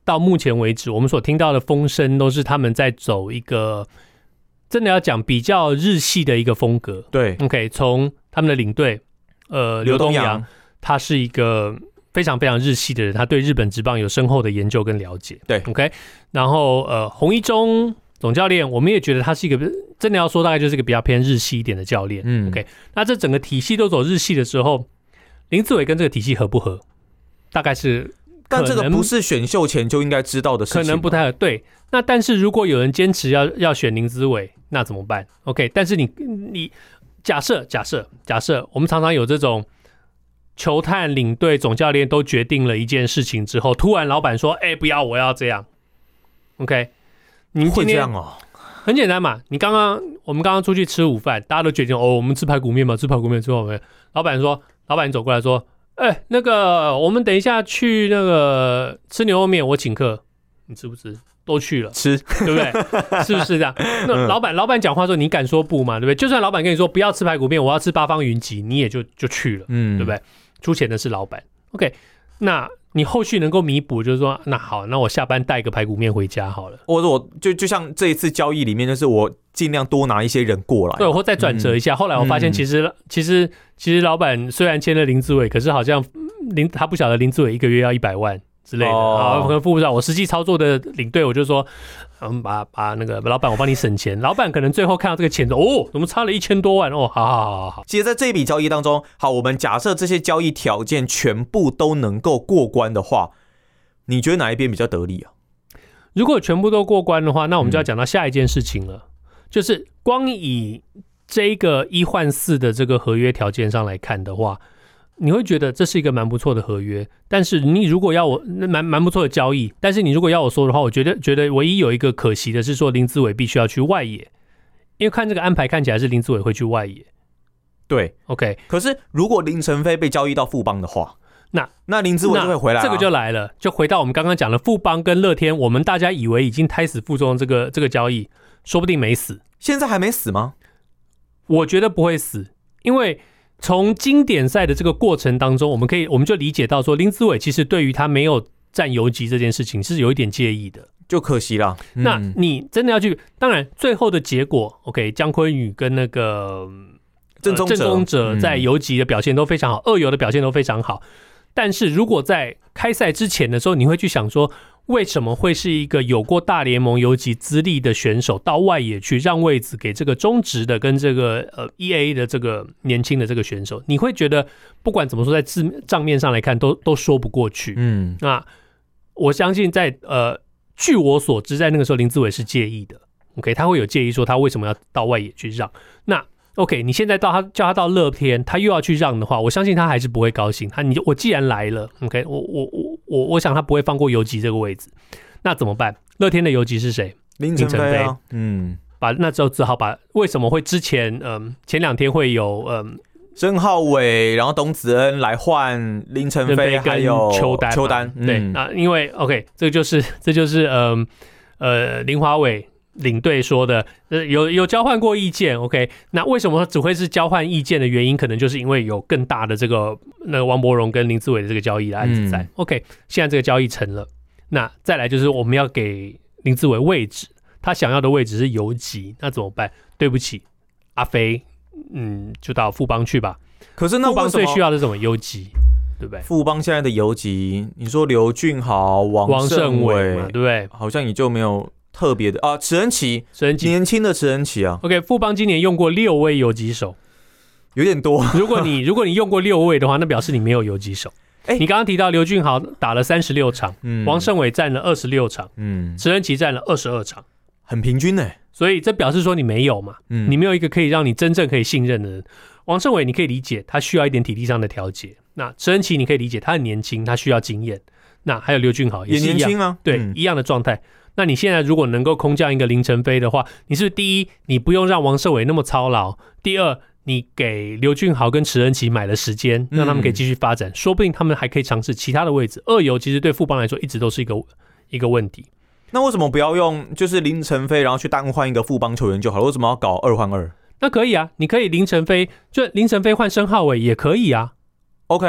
到目前为止，我们所听到的风声都是他们在走一个真的要讲比较日系的一个风格。 对 ，OK， 从他们的领队呃刘东阳，他是一个非常非常日系的人，他对日本职棒有深厚的研究跟了解。 对 ，OK， 然后呃洪一中总教练，我们也觉得他是一个真的要说大概就是一个比较偏日系一点的教练。嗯 ，OK， 那这整个体系都走日系的时候，林志伟跟这个体系合不合，大概是。 但这个不是选秀前就应该知道的事情， 可能不太合对。那但是如果有人坚持要要选林姿伟，那怎么办 ？OK， 但是你你假设假设假设，我们常常有这种球探、领队、总教练都决定了一件事情之后，突然老板说：“哎、欸，不要，我要这样。”OK， 你会这样哦？ 很简单嘛，你刚刚我们刚刚出去吃午饭，大家都决定哦，我们吃排骨面嘛，吃排骨面，吃排骨面。老板说，老板走过来说。哎、欸，那个，我们等一下去那个吃牛肉面，我请客，你吃不吃？都去了， 吃， 对不对？是不是这样？那老板，老板讲话说，你敢说不嘛？对不对？就算老板跟你说不要吃排骨面，我要吃八方云集，你也就就去了，嗯，对不对？出钱的是老板 ，OK， 那你后续能够弥补，就是说，那好，那我下班带个排骨面回家好了。 或者我就就像这一次交易里面，就是我尽量多拿一些人过来， 对，或再转折一下。嗯、后来我发现，其实、嗯、其实其实老板虽然签了林志伟，可是好像林他不晓得林志伟一个月要一百万之类的，啊、哦，可能付不上。我实际操作的领队，我就说，嗯，把把那个老板，我帮你省钱。老板可能最后看到这个钱，哦，怎么差了一千多万？哦，好好好好好。 其实，在这一笔交易当中，好，我们假设这些交易条件全部都能够过关的话，你觉得哪一边比较得利啊？ 如果全部都过关的话，那我们就要讲到下一件事情了，嗯、就是光以这个一换四的这个合约条件上来看的话，你会觉得这是一个蛮不错的合约。但是你如果要我蛮蛮不错的交易，但是你如果要我说的话，我觉得觉得唯一有一个可惜的是说林志伟必须要去外野，因为看这个安排看起来是林志伟会去外野。 对 ，OK。 可是如果林承飞被交易到富邦的话， 那那林志伟就会回来、啊， 这个就来了，就回到我们刚刚讲的富邦跟乐天，我们大家以为已经胎死腹中这个这个交易，说不定没死， 现在还没死吗？ 我觉得不会死，因为从经典赛的这个过程当中，我们可以我们就理解到说，林志伟其实对于他没有占游击这件事情是有一点介意的， 就可惜了。 嗯、那你真的要去，当然最后的结果 ，OK， 江坤宇跟那个郑宗哲、呃、 郑宗哲在游击的表现都非常好，二游的表现都非常好。但是如果在开赛之前的时候，你会去想说，为什么会是一个有过大联盟游击资历的选手到外野去让位置给这个中职的跟这个呃 E A 的这个年轻的这个选手？你会觉得不管怎么说，在字账面上来看都都说不过去。嗯，那我相信在呃，据我所知，在那个时候林志伟是介意的。OK， 他会有介意说他为什么要到外野去让那。OK， 你现在到他叫他到乐天，他又要去让的话，我相信他还是不会高兴。他你我既然来了 ，OK， 我我我我我想他不会放过游击这个位置，那怎么办？乐天的游击是谁？ 林承飞啊，嗯， 把那之后只好把为什么会之前嗯、呃、前两天会有嗯申浩伟，然后董子恩来换林承飞还有邱丹邱丹， 对，那、嗯、因为 OK， 这就是这就是嗯 呃, 呃林华伟。领队说的，呃，有有交换过意见 ，OK， 那为什么只会是交换意见的原因，可能就是因为有更大的这个那个王柏荣跟林志伟的这个交易的案子在、嗯、，OK， 现在这个交易成了，那再来就是我们要给林志伟位置，他想要的位置是游击，那怎么办？对不起，阿飞，嗯，就到富邦去吧。 可是那富邦最需要的是什么？游击。对不对？ 富邦现在的游击，你说刘俊豪、王胜伟嘛， 对不对？ 好像也就没有。特别的啊，池恩奇， 池恩奇年轻的池恩奇啊。 OK， 富邦今年用过六位游击手， 有点多。 如果你如果你用过六位的话，那表示你没有游击手。欸、你刚刚提到刘俊豪打了三十六场，嗯、王胜伟占了二十六场，嗯，池恩奇占了二十二场， 很平均呢、欸。 所以这表示说你没有嘛，嗯、你没有一个可以让你真正可以信任的人。王胜伟你可以理解，他需要一点体力上的调节。那池恩奇你可以理解，他很年轻，他需要经验。那还有刘俊豪也是一样， 也年轻啊， 对， 嗯、 一样的状态。那你现在如果能够空降一个林承飞的话，你是不是第一，你不用让王胜伟那么操劳；第二，你给刘俊豪跟池恩奇买了时间，让他们可以继续发展，嗯、说不定他们还可以尝试其他的位置。二游其实对富邦来说一直都是一个一个问题。 那为什么不要用就是林承飞，然后去单换一个富邦球员就好了？为什么要搞二换二？ 那可以啊，你可以林承飞，就林承飞换申浩伟也可以啊。 OK。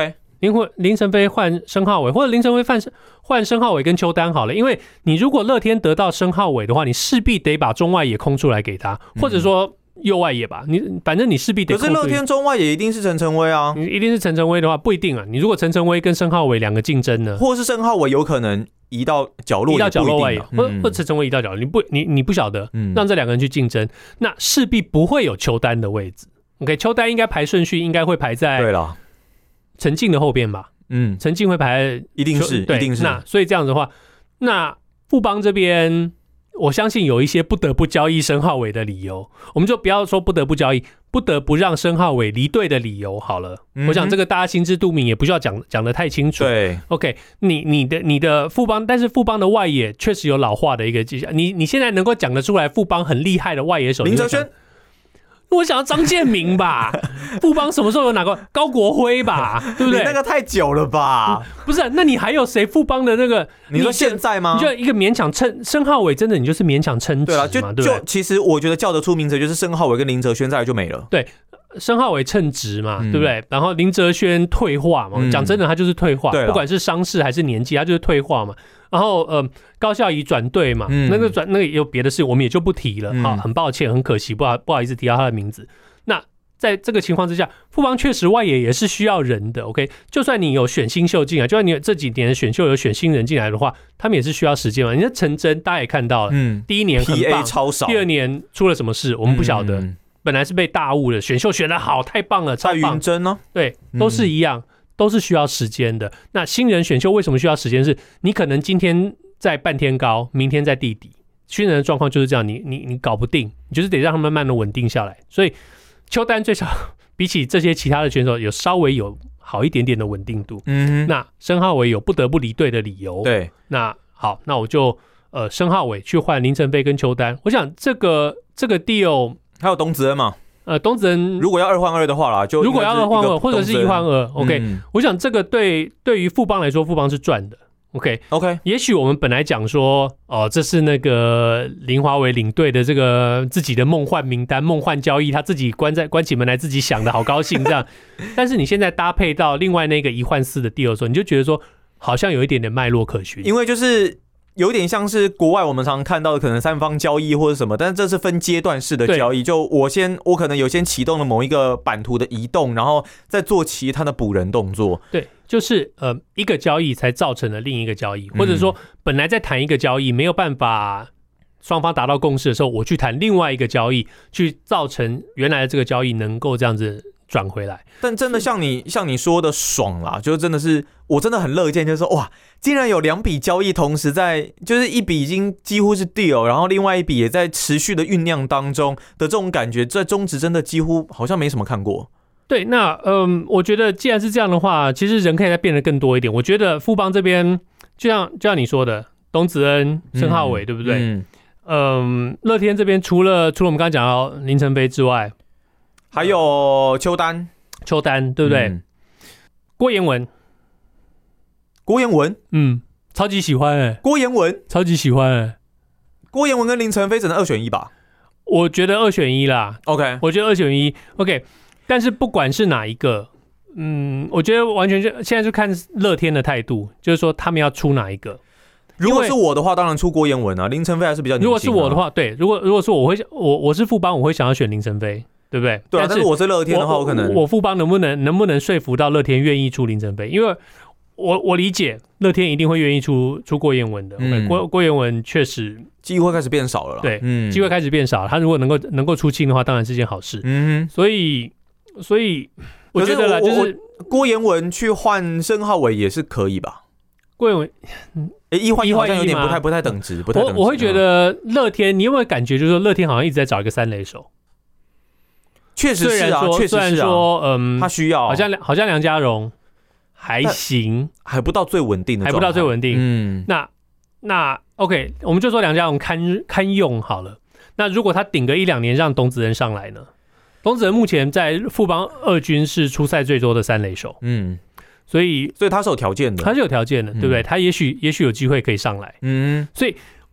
林林承飞换申浩瑋，或者林承飞换换申浩瑋跟邱丹好了，因为你如果乐天得到申浩瑋的话，你势必得把中外野空出来给他，或者说右外野吧，你反正你势必得空出。 可是乐天中外野一定是陈晨威啊， 你一定是陈晨威的话不一定啊，你如果陈晨威跟申浩瑋两个竞争呢， 或是申浩瑋有可能移到角落， 移到角落外野， 嗯、 或或陈晨威移到角落，你不你你不晓得，嗯、让这两个人去竞争，那势必不会有邱丹的位置。OK， 邱丹应该排顺序应该会排在对了陈进的后边吧？嗯，陈进会排在一定是一定是。 那所以这样子的话，那富邦这边我相信有一些不得不交易申浩瑋的理由，我们就不要说不得不交易，不得不让申浩瑋离队的理由好了。嗯、我想这个大家心知肚明，也不需要讲讲得太清楚。 对 ，OK， 你你的你的富邦，但是富邦的外野确实有老化的一个迹象。你你现在能够讲得出来富邦很厉害的外野手， 林哲瑄。 我想要张建民吧，富邦什么时候有哪个高国辉吧，对不对？ 你那个太久了吧？ 不是，那你还有谁富邦的那个？ 你说现在吗？ 你就一个勉强称申浩瑋，真的你就是勉强称职嘛， 对了，就就其实我觉得叫得出名字就是申浩瑋跟林哲瑄，再来就没了。 对。申浩瑋称职嘛，嗯、对不对？然后林哲瑄退化嘛，讲、嗯、真的，他就是退化，不管是伤势还是年纪，他就是退化嘛。然后呃，高孝仪转队嘛，嗯、那个转那个也有别的事，我们也就不提了。好、嗯，很抱歉，很可惜，不好不好意思提到他的名字。那在这个情况之下，富邦确实外野也是需要人的。OK， 就算你有选新秀进来，就算你这几年的选秀有选新人进来的话，他们也是需要时间嘛。你看陈真，大家也看到了，嗯，第一年很棒 P A 超少， 第二年出了什么事，我们不晓得。嗯本来是被大误的，选秀选得好，太棒了，超棒。 蔡云珍呢？ 对，都是一样，嗯、都是需要时间的。那新人选秀为什么需要时间？是你可能今天在半天高，明天在地底。新人的状况就是这样，你你你搞不定，你就是得让他们慢慢的稳定下来。所以邱丹最少比起这些其他的选手，有稍微有好一点点的稳定度。嗯，那申浩瑋有不得不离队的理由。 对， 那好，那我就呃申浩瑋去换林承飞跟邱丹。我想这个这个 deal。 还有董子恩嘛？ 呃，董子恩如果要二换二的话啦，就如果要二换二，或者是一换二 ，OK、嗯。我想这个对对于富邦来说，富邦是赚的 ，OK OK。 也许我们本来讲说，哦，这是那个林华伟领队的这个自己的梦幻名单、梦幻交易，他自己关在关起门来自己想的好高兴这样。但是你现在搭配到另外那个一换四的 deal 的时候，你就觉得说好像有一点点脉络可循， 因为就是。有点像是国外我们常看到的可能三方交易或者什么，但是这是分阶段式的交易，就我先我可能有先启动了某一个版图的移动，然后再做其他的补人动作。 对，就是呃一个交易才造成了另一个交易，或者说本来在谈一个交易没有办法双方达到共识的时候，我去谈另外一个交易，去造成原来的这个交易能够这样子转回来。 但真的像你像你说的爽啦，就真的是我真的很乐见，就是说哇，竟然有两笔交易同时在，就是一笔已经几乎是 deal， 然后另外一笔也在持续的酝酿当中的这种感觉，在中职真的几乎好像没什么看过。 对，那嗯，我觉得既然是这样的话，其实人可以再变得更多一点。我觉得富邦这边就像就像你说的，董子恩、申浩瑋，对不对？嗯。嗯，乐天这边除了除了我们刚刚讲到林承飞之外， 还有邱丹， 邱丹对不对？嗯、郭彦文， 郭彦文， 嗯，超级喜欢哎、欸， 郭彦文超级喜欢哎、欸， 郭彦文跟林承飞只能二选一吧？ 我觉得二选一啦 ，OK， 我觉得二选一 ，OK， 但是不管是哪一个，嗯，我觉得完全就现在就看乐天的态度，就是说他们要出哪一个。 如果是我的话，当然出郭彦文啊，林承飞还是比较年轻、啊。 如果是我的话，对，如果如果是我会我我是富邦，我会想要选林承飞，对不对？ 对、啊，但是我是乐天的话，我, 我可能我富邦能不能能不能说服到乐天愿意出林承飞？因为我我理解乐天一定会愿意出出郭彦文的。嗯、郭郭彦文确实机会开始变少了啦， 对，嗯，机会开始变少了。他如果能够能够出清的话，当然是件好事。嗯，所以所以我觉得啦，就是郭彦文去换申浩瑋也是可以吧？ 郭彦文。 欸、一换一好像有点不太不太等值，不太等值。 我我会觉得乐天，你有没有感觉，就是说乐天好像一直在找一个三垒手？ 确实是啊，确实是啊。 虽然说，嗯， 他需要， 好像好像梁家荣还行， 还不到最稳定的， 还不到最稳定。 嗯， 那那 OK， 我们就说梁家荣堪堪用好了。那如果他顶个一两年，让董子恩上来呢？董子恩目前在富邦二军是出赛最多的三垒手。嗯。所以， 所以他是有条件的， 他是有条件的，对不对？嗯、他也许也许有机会可以上来，嗯，所以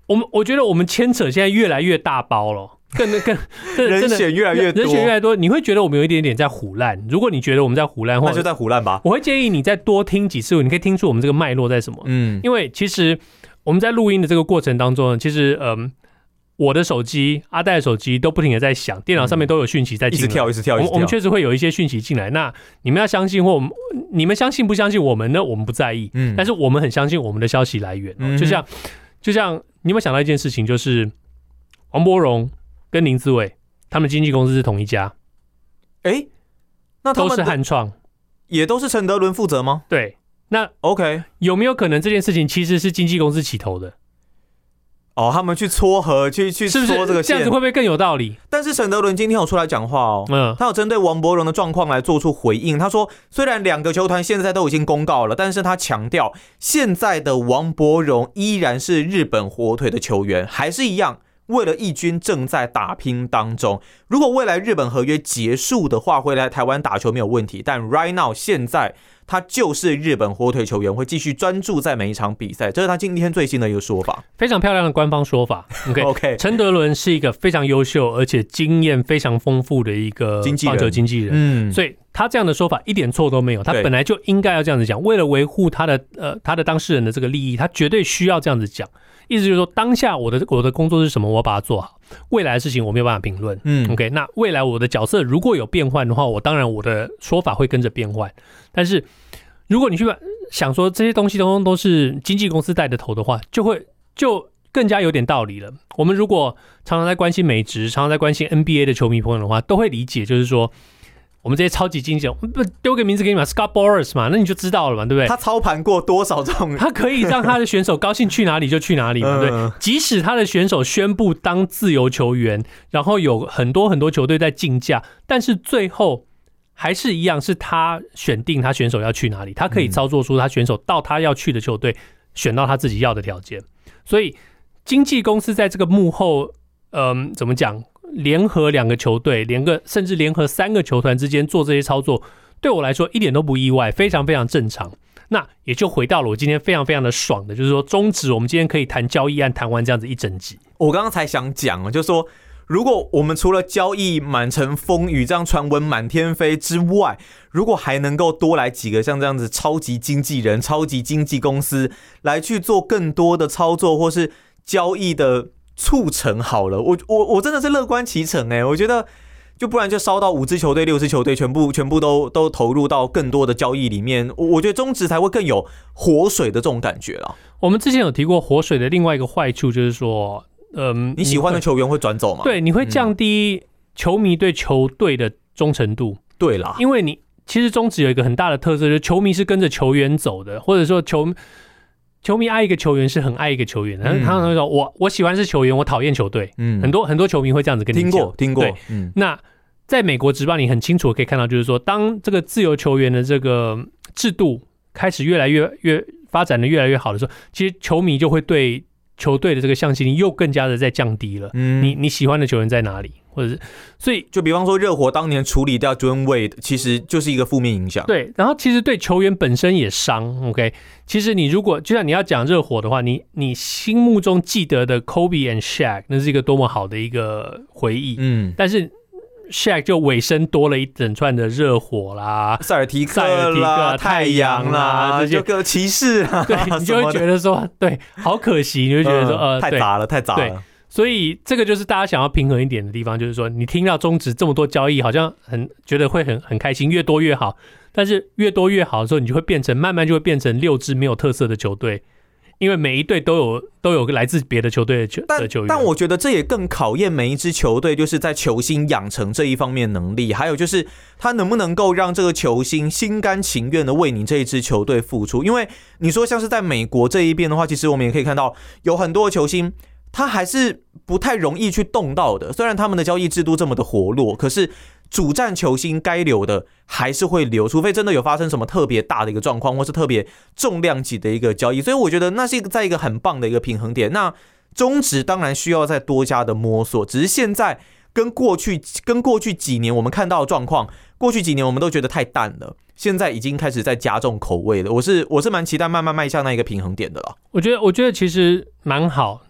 我们我觉得我们牵扯现在越来越大包了。更更人选越来越多， 人选越来越多，你会觉得我们有一点点在唬烂。如果你觉得我们在唬烂， 那就在唬烂吧。 我会建议你再多听几次，你可以听出我们这个脉络在什么。嗯，因为其实我们在录音的这个过程当中呢，其实嗯，我的手机、阿戴的手机都不停的在响，电脑上面都有讯息在进来， 一直跳，一直跳，一直跳。 我们确实会有一些讯息进来。那你们要相信或我们，你们相信不相信我们呢？我们不在意，嗯，但是我们很相信我们的消息来源。嗯、就像就像你有没有想到一件事情，就是王柏融跟林姿伟。他们经纪公司是同一家， 哎，那他们都是汉创， 也都是陈德伦负责吗？ 对，那 OK， 有没有可能这件事情其实是经纪公司起头的？ 哦，他们去撮合，去去说这个线，这样子会不会更有道理？ 但是陈德伦今天有出来讲话哦，嗯，他有针对王柏融的状况来做出回应。他说，虽然两个球团现在都已经公告了，但是他强调，现在的王柏融依然是日本火腿的球员，还是一样。为了一军正在打拼当中，如果未来日本合约结束的话，回来台湾打球没有问题。但 right now 现在他就是日本火腿球员，会继续专注在每一场比赛，这是他今天最新的一个说法， 非常漂亮的官方说法。OK， OK， 陈德伦是一个非常优秀而且经验非常丰富的一个棒球经纪人，嗯，所以他这样的说法一点错都没有，他本来就应该要这样子讲。为了维护他的呃他的当事人的这个利益，他绝对需要这样子讲。意思就是说，当下我的我的工作是什么，我要把它做好。未来的事情我没有办法评论。嗯 ，OK， 那未来我的角色如果有变换的话，我当然我的说法会跟着变换。但是如果你去想说这些东西都都是经纪公司带的头的话，就会就更加有点道理了。我们如果常常在关心美职，常常在关心 N B A 的球迷朋友的话，都会理解，就是说。我们这些超级经纪人，不丢个名字给你们 ，Scott Boras 嘛，那你就知道了嘛，对不对？ 他操盘过多少种？ 他可以让他的选手高兴去哪里就去哪里嘛，对不对？即使他的选手宣布当自由球员，然后有很多很多球队在竞价，但是最后还是一样是他选定他选手要去哪里，他可以操作出他选手到他要去的球队，选到他自己要的条件。所以经纪公司在这个幕后，嗯，怎么讲？联合两个球队，联个甚至联合三个球团之间做这些操作，对我来说一点都不意外，非常非常正常。那也就回到了我今天非常非常的爽的，就是说中职我们今天可以谈交易案，谈完这样子一整集。 我刚刚才想讲，就是说，如果我们除了交易满城风雨，这样传闻满天飞之外，如果还能够多来几个像这样子超级经纪人、超级经纪公司来去做更多的操作，或是交易的。促成好了，我我我真的是乐观其成哎、欸，我觉得就不然就烧到五支球队、六支球队，全部全部都都投入到更多的交易里面，我我觉得中职才会更有活水的这种感觉啦。 我们之前有提过活水的另外一个坏处就是说，嗯， 你喜欢的球员会转走吗？ 对，你会降低球迷对球队的忠诚度。 对啦， 因为你其实中职有一个很大的特色，就是球迷是跟着球员走的，或者说球。球迷爱一个球员是很爱一个球员的，嗯、他常常说我我喜欢是球员，我讨厌球队。嗯，很多很多球迷会这样子跟你讲。 听过，听过。 对，嗯、那在美国职棒，你很清楚可以看到，就是说，当这个自由球员的这个制度开始越来越越发展的越来越好的时候，其实球迷就会对球队的这个向心力又更加的在降低了。嗯，你你喜欢的球员在哪里？或者是，所以就比方说热火当年处理掉 Dwyane Wade， 其实就是一个负面影响。 对，然后其实对球员本身也伤。OK， 其实你如果就像你要讲热火的话，你你心目中记得的 Kobe and Shaq， 那是一个多么好的一个回忆。嗯，但是 Shaq 就尾声多了一整串的热火啦、 塞尔提克啦、太阳啦，这个骑士啊， 对，你就会觉得说，对，好可惜，你就觉得说，呃， 太杂了，太杂了。 所以这个就是大家想要平衡一点的地方，就是说你听到中职这么多交易，好像很觉得会很很开心，越多越好。但是越多越好的时候，你就会变成慢慢就会变成六支没有特色的球队，因为每一队都有都有个来自别的球队的球的球员。 但我觉得这也更考验每一支球队，就是在球星养成这一方面能力，还有就是他能不能够让这个球星心甘情愿的为你这一支球队付出。因为你说像是在美国这一边的话，其实我们也可以看到有很多的球星。他还是不太容易去动到的，虽然他们的交易制度这么的活络，可是主战球星该留的还是会留，除非真的有发生什么特别大的一个状况，或是特别重量级的一个交易。所以我觉得那是一个在一个很棒的一个平衡点。那中职当然需要再多加的摸索，只是现在跟过去跟过去几年我们看到的状况，过去几年我们都觉得太淡了。现在已经开始在加重口味了，我是我是蛮期待慢慢迈向那一个平衡点的了。 我觉得我觉得其实蛮好。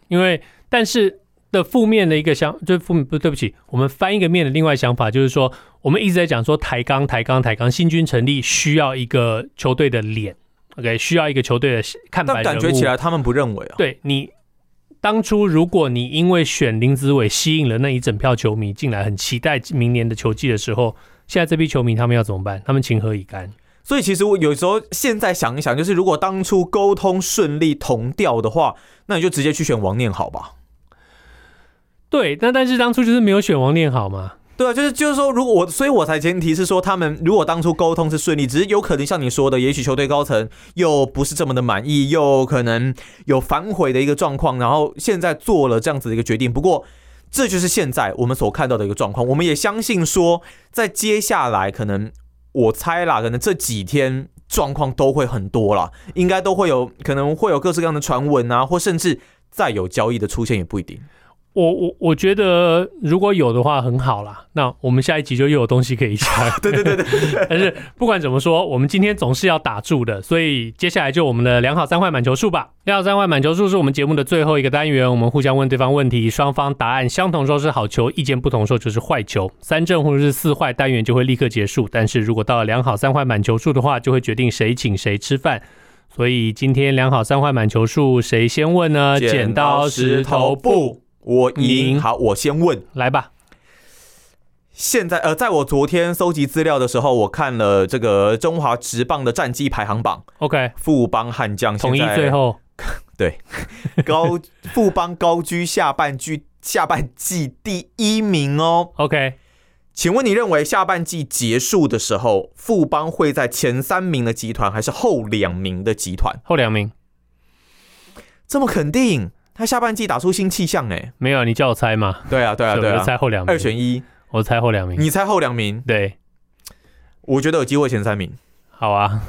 因为但是的负面的一个想，就是负面不对不起，我们翻一个面的另外想法就是说，我们一直在讲说台钢台钢台钢，新军成立需要一个球队的脸 ，OK， 需要一个球队的看板人物。 但感觉起来他们不认为啊。 对你当初如果你因为选林子伟吸引了那一整票球迷进来，很期待明年的球季的时候，现在这批球迷他们要怎么办？他们情何以堪？ 所以其实我有时候现在想一想，就是如果当初沟通顺利同调的话，那你就直接去选王念好吧。 对，那但是当初就是没有选王念好嘛。 对啊，就是就是说，如果我，所以我才前提是说，他们如果当初沟通是顺利，只是有可能像你说的，也许球队高层又不是这么的满意，又可能有反悔的一个状况，然后现在做了这样子的一个决定。不过这就是现在我们所看到的一个状况，我们也相信说，在接下来可能我猜啦，可能这几天状况都会很多啦，应该都会有可能会有各式各样的传闻啊，或甚至再有交易的出现也不一定。 我我我觉得如果有的话很好啦，那我们下一集就又有东西可以讲。 对对对对， 但是不管怎么说，我们今天总是要打住的，所以接下来就我们的两好三坏满球数吧。两好三坏满球数是我们节目的最后一个单元，我们互相问对方问题，双方答案相同时候是好球，意见不同时候就是坏球，三正或者是四坏单元就会立刻结束。但是如果到了两好三坏满球数的话，就会决定谁请谁吃饭。所以今天两好三坏满球数谁先问呢？剪刀石头布。 我赢，好，我先问， 来吧。 现在呃，在我昨天搜集资料的时候，我看了这个中华职棒的战绩排行榜。 OK， 富邦悍将统一最后， 对，高富邦高居下半季下半季第一名哦。 OK， 请问你认为下半季结束的时候，富邦会在前三名的集团，还是后两名的集团？ 后两名， 这么肯定？他下半季打出新气象哎， 没有，你叫我猜嘛？ 对啊，对啊，对啊， 我就猜后两名， 二选一， 我猜后两名， 你猜后两名， 对， 我觉得有机会前三名。 好啊，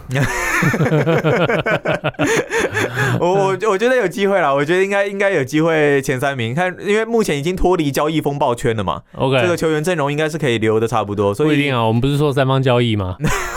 我我我觉得有机会啦，我觉得应该应该有机会前三名。看，因为目前已经脱离交易风暴圈了嘛 ，OK， 这个球员阵容应该是可以留的差不多，所以不一定啊，我们不是说三方交易吗？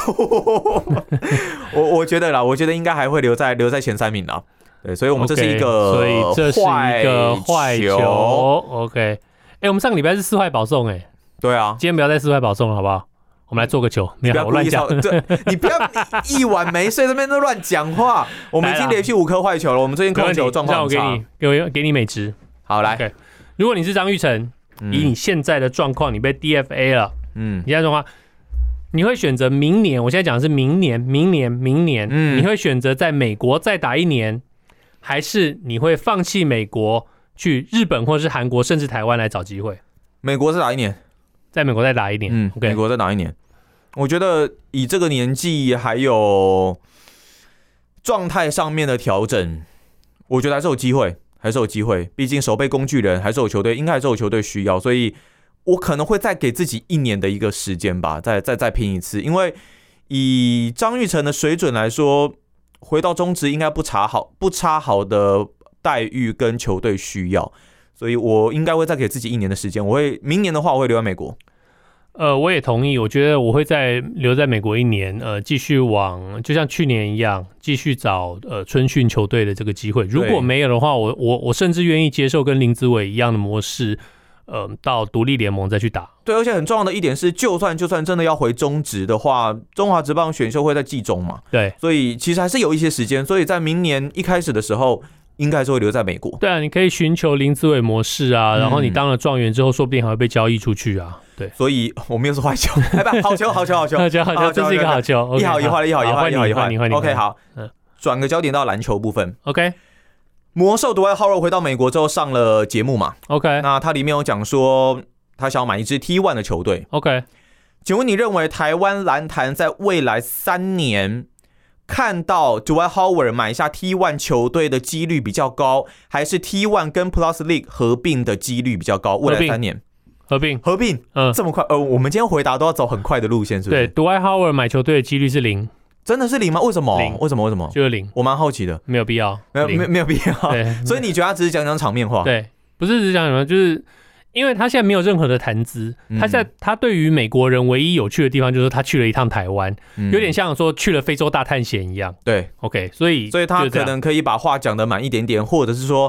我我觉得啦，我觉得应该还会留在留在前三名啦。对，所以我们这是一个， okay, 所以这是一个坏球。OK， 哎、欸，我们上个礼拜是四坏保送，哎，对啊， 今天不要再四坏保送了，好不好？我们来做个球，没有，我乱讲。 对，你不要一晚没睡，这边都乱讲话。我们已经连续五颗坏球了，我们最近控球状况很差。 我给你，给我给你美值。 好，来， okay, 如果你是张育成，嗯、以你现在的状况，你被 D F A 了，嗯，你现在状况。你会选择明年？我现在讲的是明年，明年，明年，嗯，你会选择在美国再打一年，还是你会放弃美国，去日本或是韩国，甚至台湾来找机会？ 美国再打一年， 在美国再打一年， 嗯， okay 美国再打一年。我觉得以这个年纪还有状态上面的调整，我觉得还是有机会，还是有机会。毕竟守备工具人还是有球队，应该还是有球队需要，所以我可能会再给自己一年的一个时间吧，再再再拼一次。因为以张育成的水准来说，回到中职应该不差好不差好的待遇跟球队需要，所以我应该会再给自己一年的时间。我会明年的话，我会留在美国。 呃，我也同意，我觉得我会再留在美国一年，呃，继续往就像去年一样，继续找呃春训球队的这个机会。如果没有的话，我我我甚至愿意接受跟林子伟一样的模式。呃，到独立联盟再去打。 对，而且很重要的一点是，就算就算真的要回中职的话，中华职棒选秀会在季中嘛， 对， 所以其实还是有一些时间。所以在明年一开始的时候，应该是会留在美国。 对啊，你可以寻求林子伟模式啊，然后你当了状元之后，说不定还会被交易出去啊。对， 所以我们又是坏球，哎不，好球，好球，好球， 好球，好球，这是一个好球， 一好一坏，一好一坏，一好一坏， 你换你 OK， 好，转个焦点到篮球部分 ，OK。 魔兽Dwight Howard回到美国之后上了节目嘛 ，OK， 那他里面有讲说。他想要买一支 T 一 的球队 ，OK？ 请问你认为台湾篮坛在未来三年看到 Dwight Howard 买下 T 一 球队的几率比较高，还是 T 一 跟 Plus League 合并的几率比较高？未来三年合并， 合并，嗯，这么快？呃，我们今天回答都要走很快的路线，是不是？ 对 ，Dwight Howard 买球队的几率是零。 真的是零吗？为什么？为什么？为什么？ 就是零。 我蛮好奇的， 没有必要， 没有没没有必要。对，所以你觉得他只是讲讲场面话？ 对，不是只是讲什么，就是。因为他现在没有任何的谈资，他在他对于美国人唯一有趣的地方就是他去了一趟台湾，嗯、有点像说去了非洲大探险一样。 对 ，OK， 所以所以他可能可以把话讲得满一点点，或者是说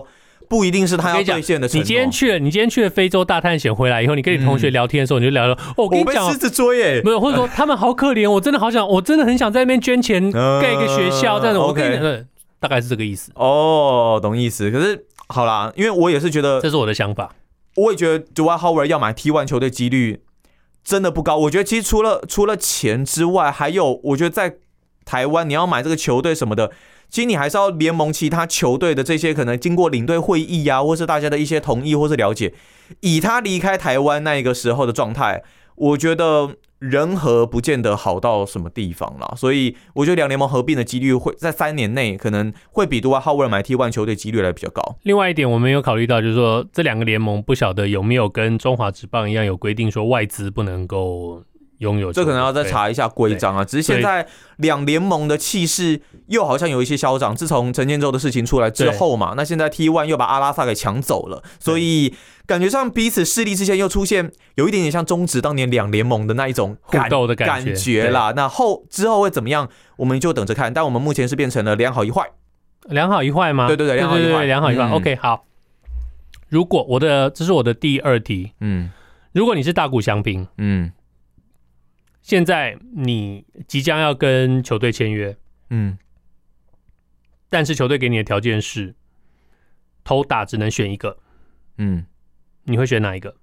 不一定是他要兑现的承诺。 你今天去了，你今天去了非洲大探险回来以后，你跟你同学聊天的时候，你就聊聊，哦，我跟你讲， 我被狮子追耶， 没有，或者说他们好可怜，我真的好想，我真的很想在那边捐钱盖一个学校，这样子。我跟你讲，大概是这个意思。 哦，懂意思。可是好啦，因为我也是觉得， 这是我的想法。 我也觉得 Dwight Howard 要买 T 一 球队几率真的不高。我觉得其实除了除了钱之外，还有我觉得在台湾你要买这个球队什么的，其实你还是要联盟其他球队的这些可能经过领队会议啊，或是大家的一些同意或是了解。以他离开台湾那个时候的状态，我觉得人和不见得好到什么地方啦，所以我觉得两联盟合并的几率会在三年内可能会比 Dwight Howard 买 T 一 球队几率来比较高。 另外一点我们有考虑到，就是说这两个联盟不晓得有没有跟中华职棒一样有规定说外资不能够拥有， 这可能要再查一下规章啊。只是现在两联盟的气势又好像有一些消长，自从陈建州的事情出来之后嘛，那现在 T 一 又把阿拉萨给抢走了，所以感觉上彼此势力之间又出现有一点点像中职当年两联盟的那一种互斗的感觉, 感觉啦。那后之后会怎么样，我们就等着看。但我们目前是变成了两好一坏， 两好一坏吗？ 对对对，两好一坏， 两好一坏。嗯、OK， 好。如果我的这是我的第二题，嗯，如果你是大谷翔平，嗯，现在你即将要跟球队签约，嗯，但是球队给你的条件是投打只能选一个，嗯。你会选哪一个？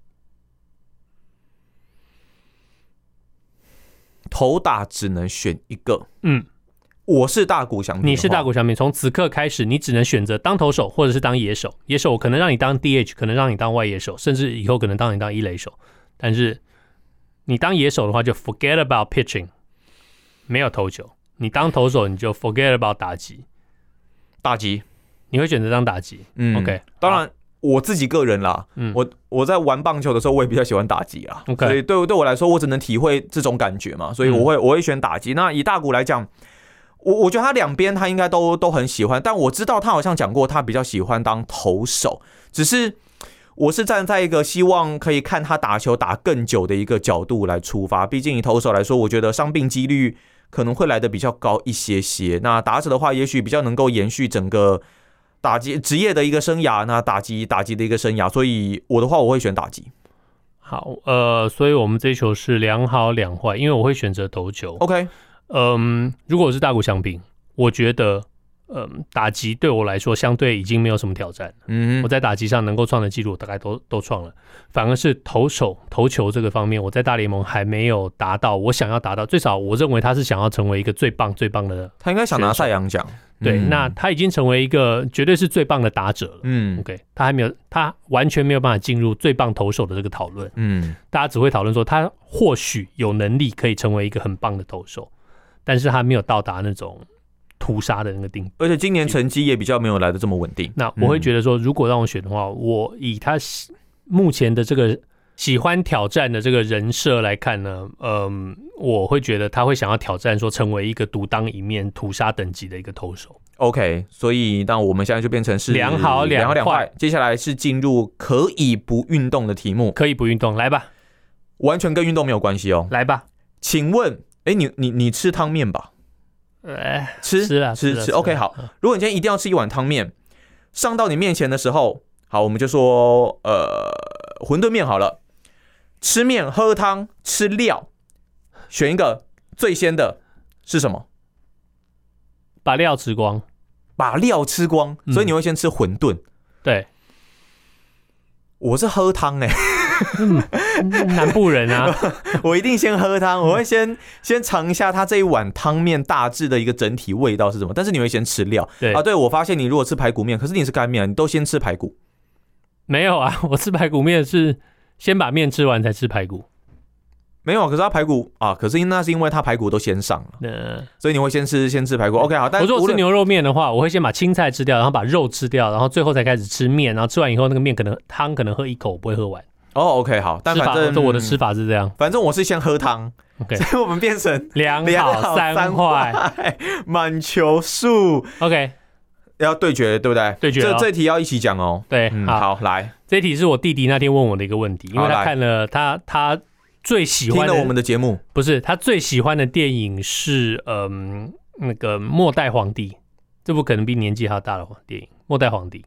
投打只能选一个。嗯，我是大谷翔平， 你是大谷翔平。从此刻开始，你只能选择当投手，或者是当野手。野手可能让你当 D H， 可能让你当外野手，甚至以后可能让你当一垒手。但是你当野手的话，就 forget about pitching， 没有投球。你当投手，你就 forget about 打击。 打击， 你会选择当打击？嗯 ，OK， 当然。我自己个人啦，嗯、我我在玩棒球的时候，我也比较喜欢打击啦， okay. 所以对对我来说，我只能体会这种感觉嘛，所以我会、嗯、我会选打击。那以大谷来讲，我我觉得他两边他应该都都很喜欢，但我知道他好像讲过，他比较喜欢当投手，只是我是站在一个希望可以看他打球打更久的一个角度来出发。毕竟以投手来说，我觉得伤病几率可能会来得比较高一些些。那打者的话，也许比较能够延续整个打击职业的一个生涯，那打击打击的一个生涯，所以我的话我会选打击。 好，呃，所以我们这一球是两好两坏，因为我会选择投球。 OK， 嗯，如果我是大谷翔平，我觉得，嗯，打击对我来说相对已经没有什么挑战。嗯，我在打击上能够创的记录大概都都创了，反而是投手投球这个方面，我在大联盟还没有达到我想要达到，最少我认为他是想要成为一个最棒最棒的， 他应该想拿赛扬奖。 对，嗯、那他已经成为一个绝对是最棒的打者了。嗯 ，OK， 他还没有，他完全没有办法进入最棒投手的这个讨论。嗯，大家只会讨论说他或许有能力可以成为一个很棒的投手，但是他没有到达那种屠杀的那个地步。 而且今年成绩也比较没有来的这么稳定。 那我会觉得说，如果让我选的话，我以他目前的这个喜欢挑战的这个人设来看呢，嗯，我会觉得他会想要挑战说成为一个独当一面、屠杀等级的一个投手。 OK， 所以那我们现在就变成是两好两坏。两好两坏， 接下来是进入可以不运动的题目。 可以不运动，来吧， 完全跟运动没有关系哦。 来吧， 请问，哎，你你你吃汤面吧？ 呃， 吃吃了吃吃。OK， 好。如果你今天一定要吃一碗汤面，上到你面前的时候，好，我们就说呃馄饨面好了。吃面喝汤吃料，选一个最先的是什么？ 把料吃光， 把料吃光，嗯、所以你会先吃馄饨。 对， 我是喝汤哎、欸嗯，南部人啊， 我一定先喝汤，我会先先尝一下它这一碗汤面大致的一个整体味道是什么。但是你会先吃料， 对啊，对我发现你如果吃排骨面，可是你是干面，你都先吃排骨。 没有啊，我吃排骨面是先把面吃完才吃排骨。 没有，可是他排骨啊，可是那是因为他排骨都先上了，嗯、所以你会先吃先吃排骨。OK， 好。但我如果吃牛肉面的话，我会先把青菜吃掉，然后把肉吃掉，然后最后才开始吃面，然后吃完以后那个面可能汤可能喝一口，我不会喝完。 哦 ，OK， 好。但反正我的吃法是这样， 反正我是先喝汤。 OK， 所以我们变成两好三坏， 满球数。 OK， 要对决，对不对？ 对决、哦。 这这题要一起讲哦。 对， 嗯、 好， 好，来。 这题是我弟弟那天问我的一个问题，因为他看了他他。最喜欢的听了我们的节目， 不是他最喜欢的电影是嗯那个《末代皇帝》，这部可能比年纪还大的电影《末代皇帝》。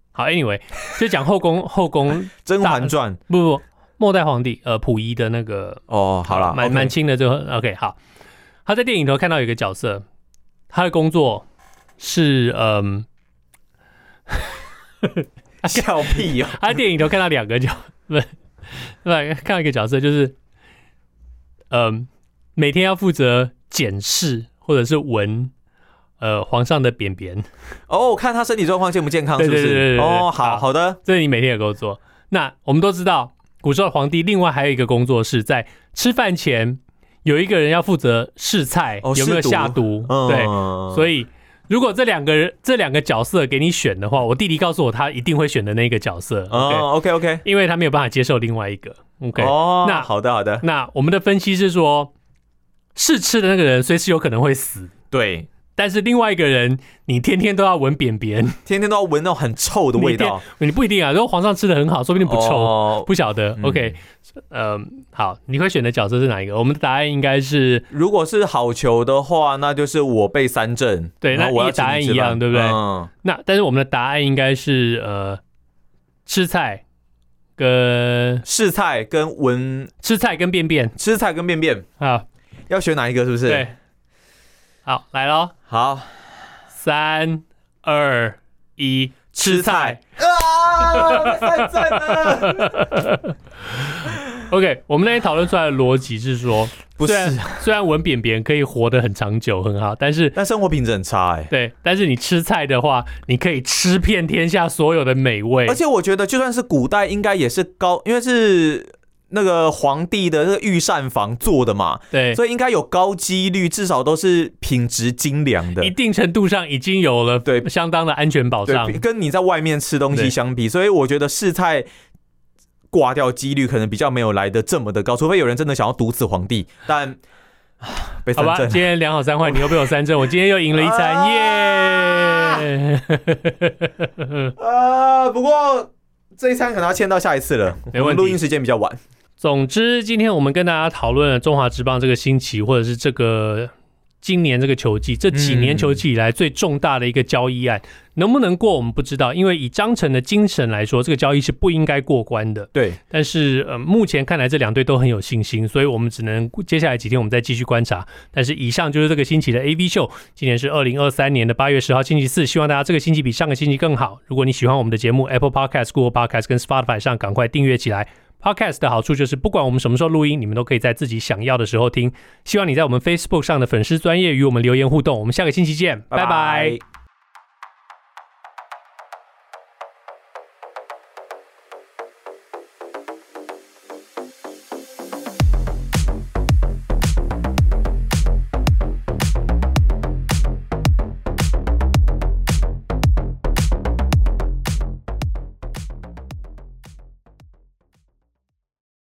好 ，anyway， 就讲后宫后宫 《甄嬛传》 不不不，末代皇帝呃溥仪的那个哦，好了， 蛮蛮轻的，就 OK 好。他在电影里头看到有一个角色，他的工作是嗯， 笑屁哦！ 他在电影里头看到两个角，不是不是看到一个角色就是嗯，每天要负责检视或者是闻。呃，皇上的便便哦，看他身体状况健不健康，是不是？ 对对对对对哦，好好的， 这是你每天的工作。那我们都知道，古时候的皇帝另外还有一个工作是在吃饭前有一个人要负责试菜， 哦、 有没有下毒？ 嗯、 对，所以如果这两个人这两个角色给你选的话，我弟弟告诉我他一定会选的那个角色。 哦 ，OK OK， 因为他没有办法接受另外一个。OK， 哦， 那好的好的。 那我们的分析是说，试吃的那个人随时有可能会死。 对。 但是另外一个人，你天天都要闻便便， 天天都要闻那种很臭的味道。 你, 你不一定啊，如果皇上吃的很好，说不定不臭， 哦、 不晓得。OK， 呃，好，你会选的角色是哪一个？我们的答案应该是， 如果是好球的话，那就是我被三振。 对，那我答案一样，对不对？ 嗯。 那但是我们的答案应该是呃，吃菜跟试菜跟闻， 吃菜跟便便， 吃菜跟便便啊， 要选哪一个？是不是？ 对。好，来咯。 好， 三二一，吃菜啊！三振了。 OK， 我们那天讨论出来的逻辑是说， 不是， 虽然虽然闻便便可以活得很长久很好，但是但生活品质很差哎、欸。 对，但是你吃菜的话，你可以吃遍天下所有的美味。 而且我觉得，就算是古代，应该也是高，因为是。那个皇帝的那个御膳房做的嘛， 对， 所以应该有高几率，至少都是品质精良的， 一定程度上已经有了对相当的安全保障， 跟你在外面吃东西相比，所以我觉得试菜挂掉几率可能比较没有来的这么的高，除非有人真的想要毒死皇帝，但被三振。 好吧，今天两好三坏，你又被我三振，我今天又赢了一餐，耶！ 啊，不过这一餐可能要签到下一次了， 没问题， 录音时间比较晚。 总之，今天我们跟大家讨论了中华职棒这个星期，或者是这个今年这个球季，这几年球季以来最重大的一个交易案，嗯、能不能过我们不知道，因为以章程的精神来说，这个交易是不应该过关的。 对， 但是呃，目前看来这两队都很有信心，所以我们只能接下来几天我们再继续观察。但是以上就是这个星期的 A V 秀，今年是二零二三年的八月十号星期四，希望大家这个星期比上个星期更好。如果你喜欢我们的节目 ，Apple Podcast、Google Podcast 跟 Spotify 上赶快订阅起来。Podcast 的好处就是，不管我们什么时候录音，你们都可以在自己想要的时候听。希望你在我们 Facebook 上的粉丝专页与我们留言互动。我们下个星期见，拜拜。拜拜。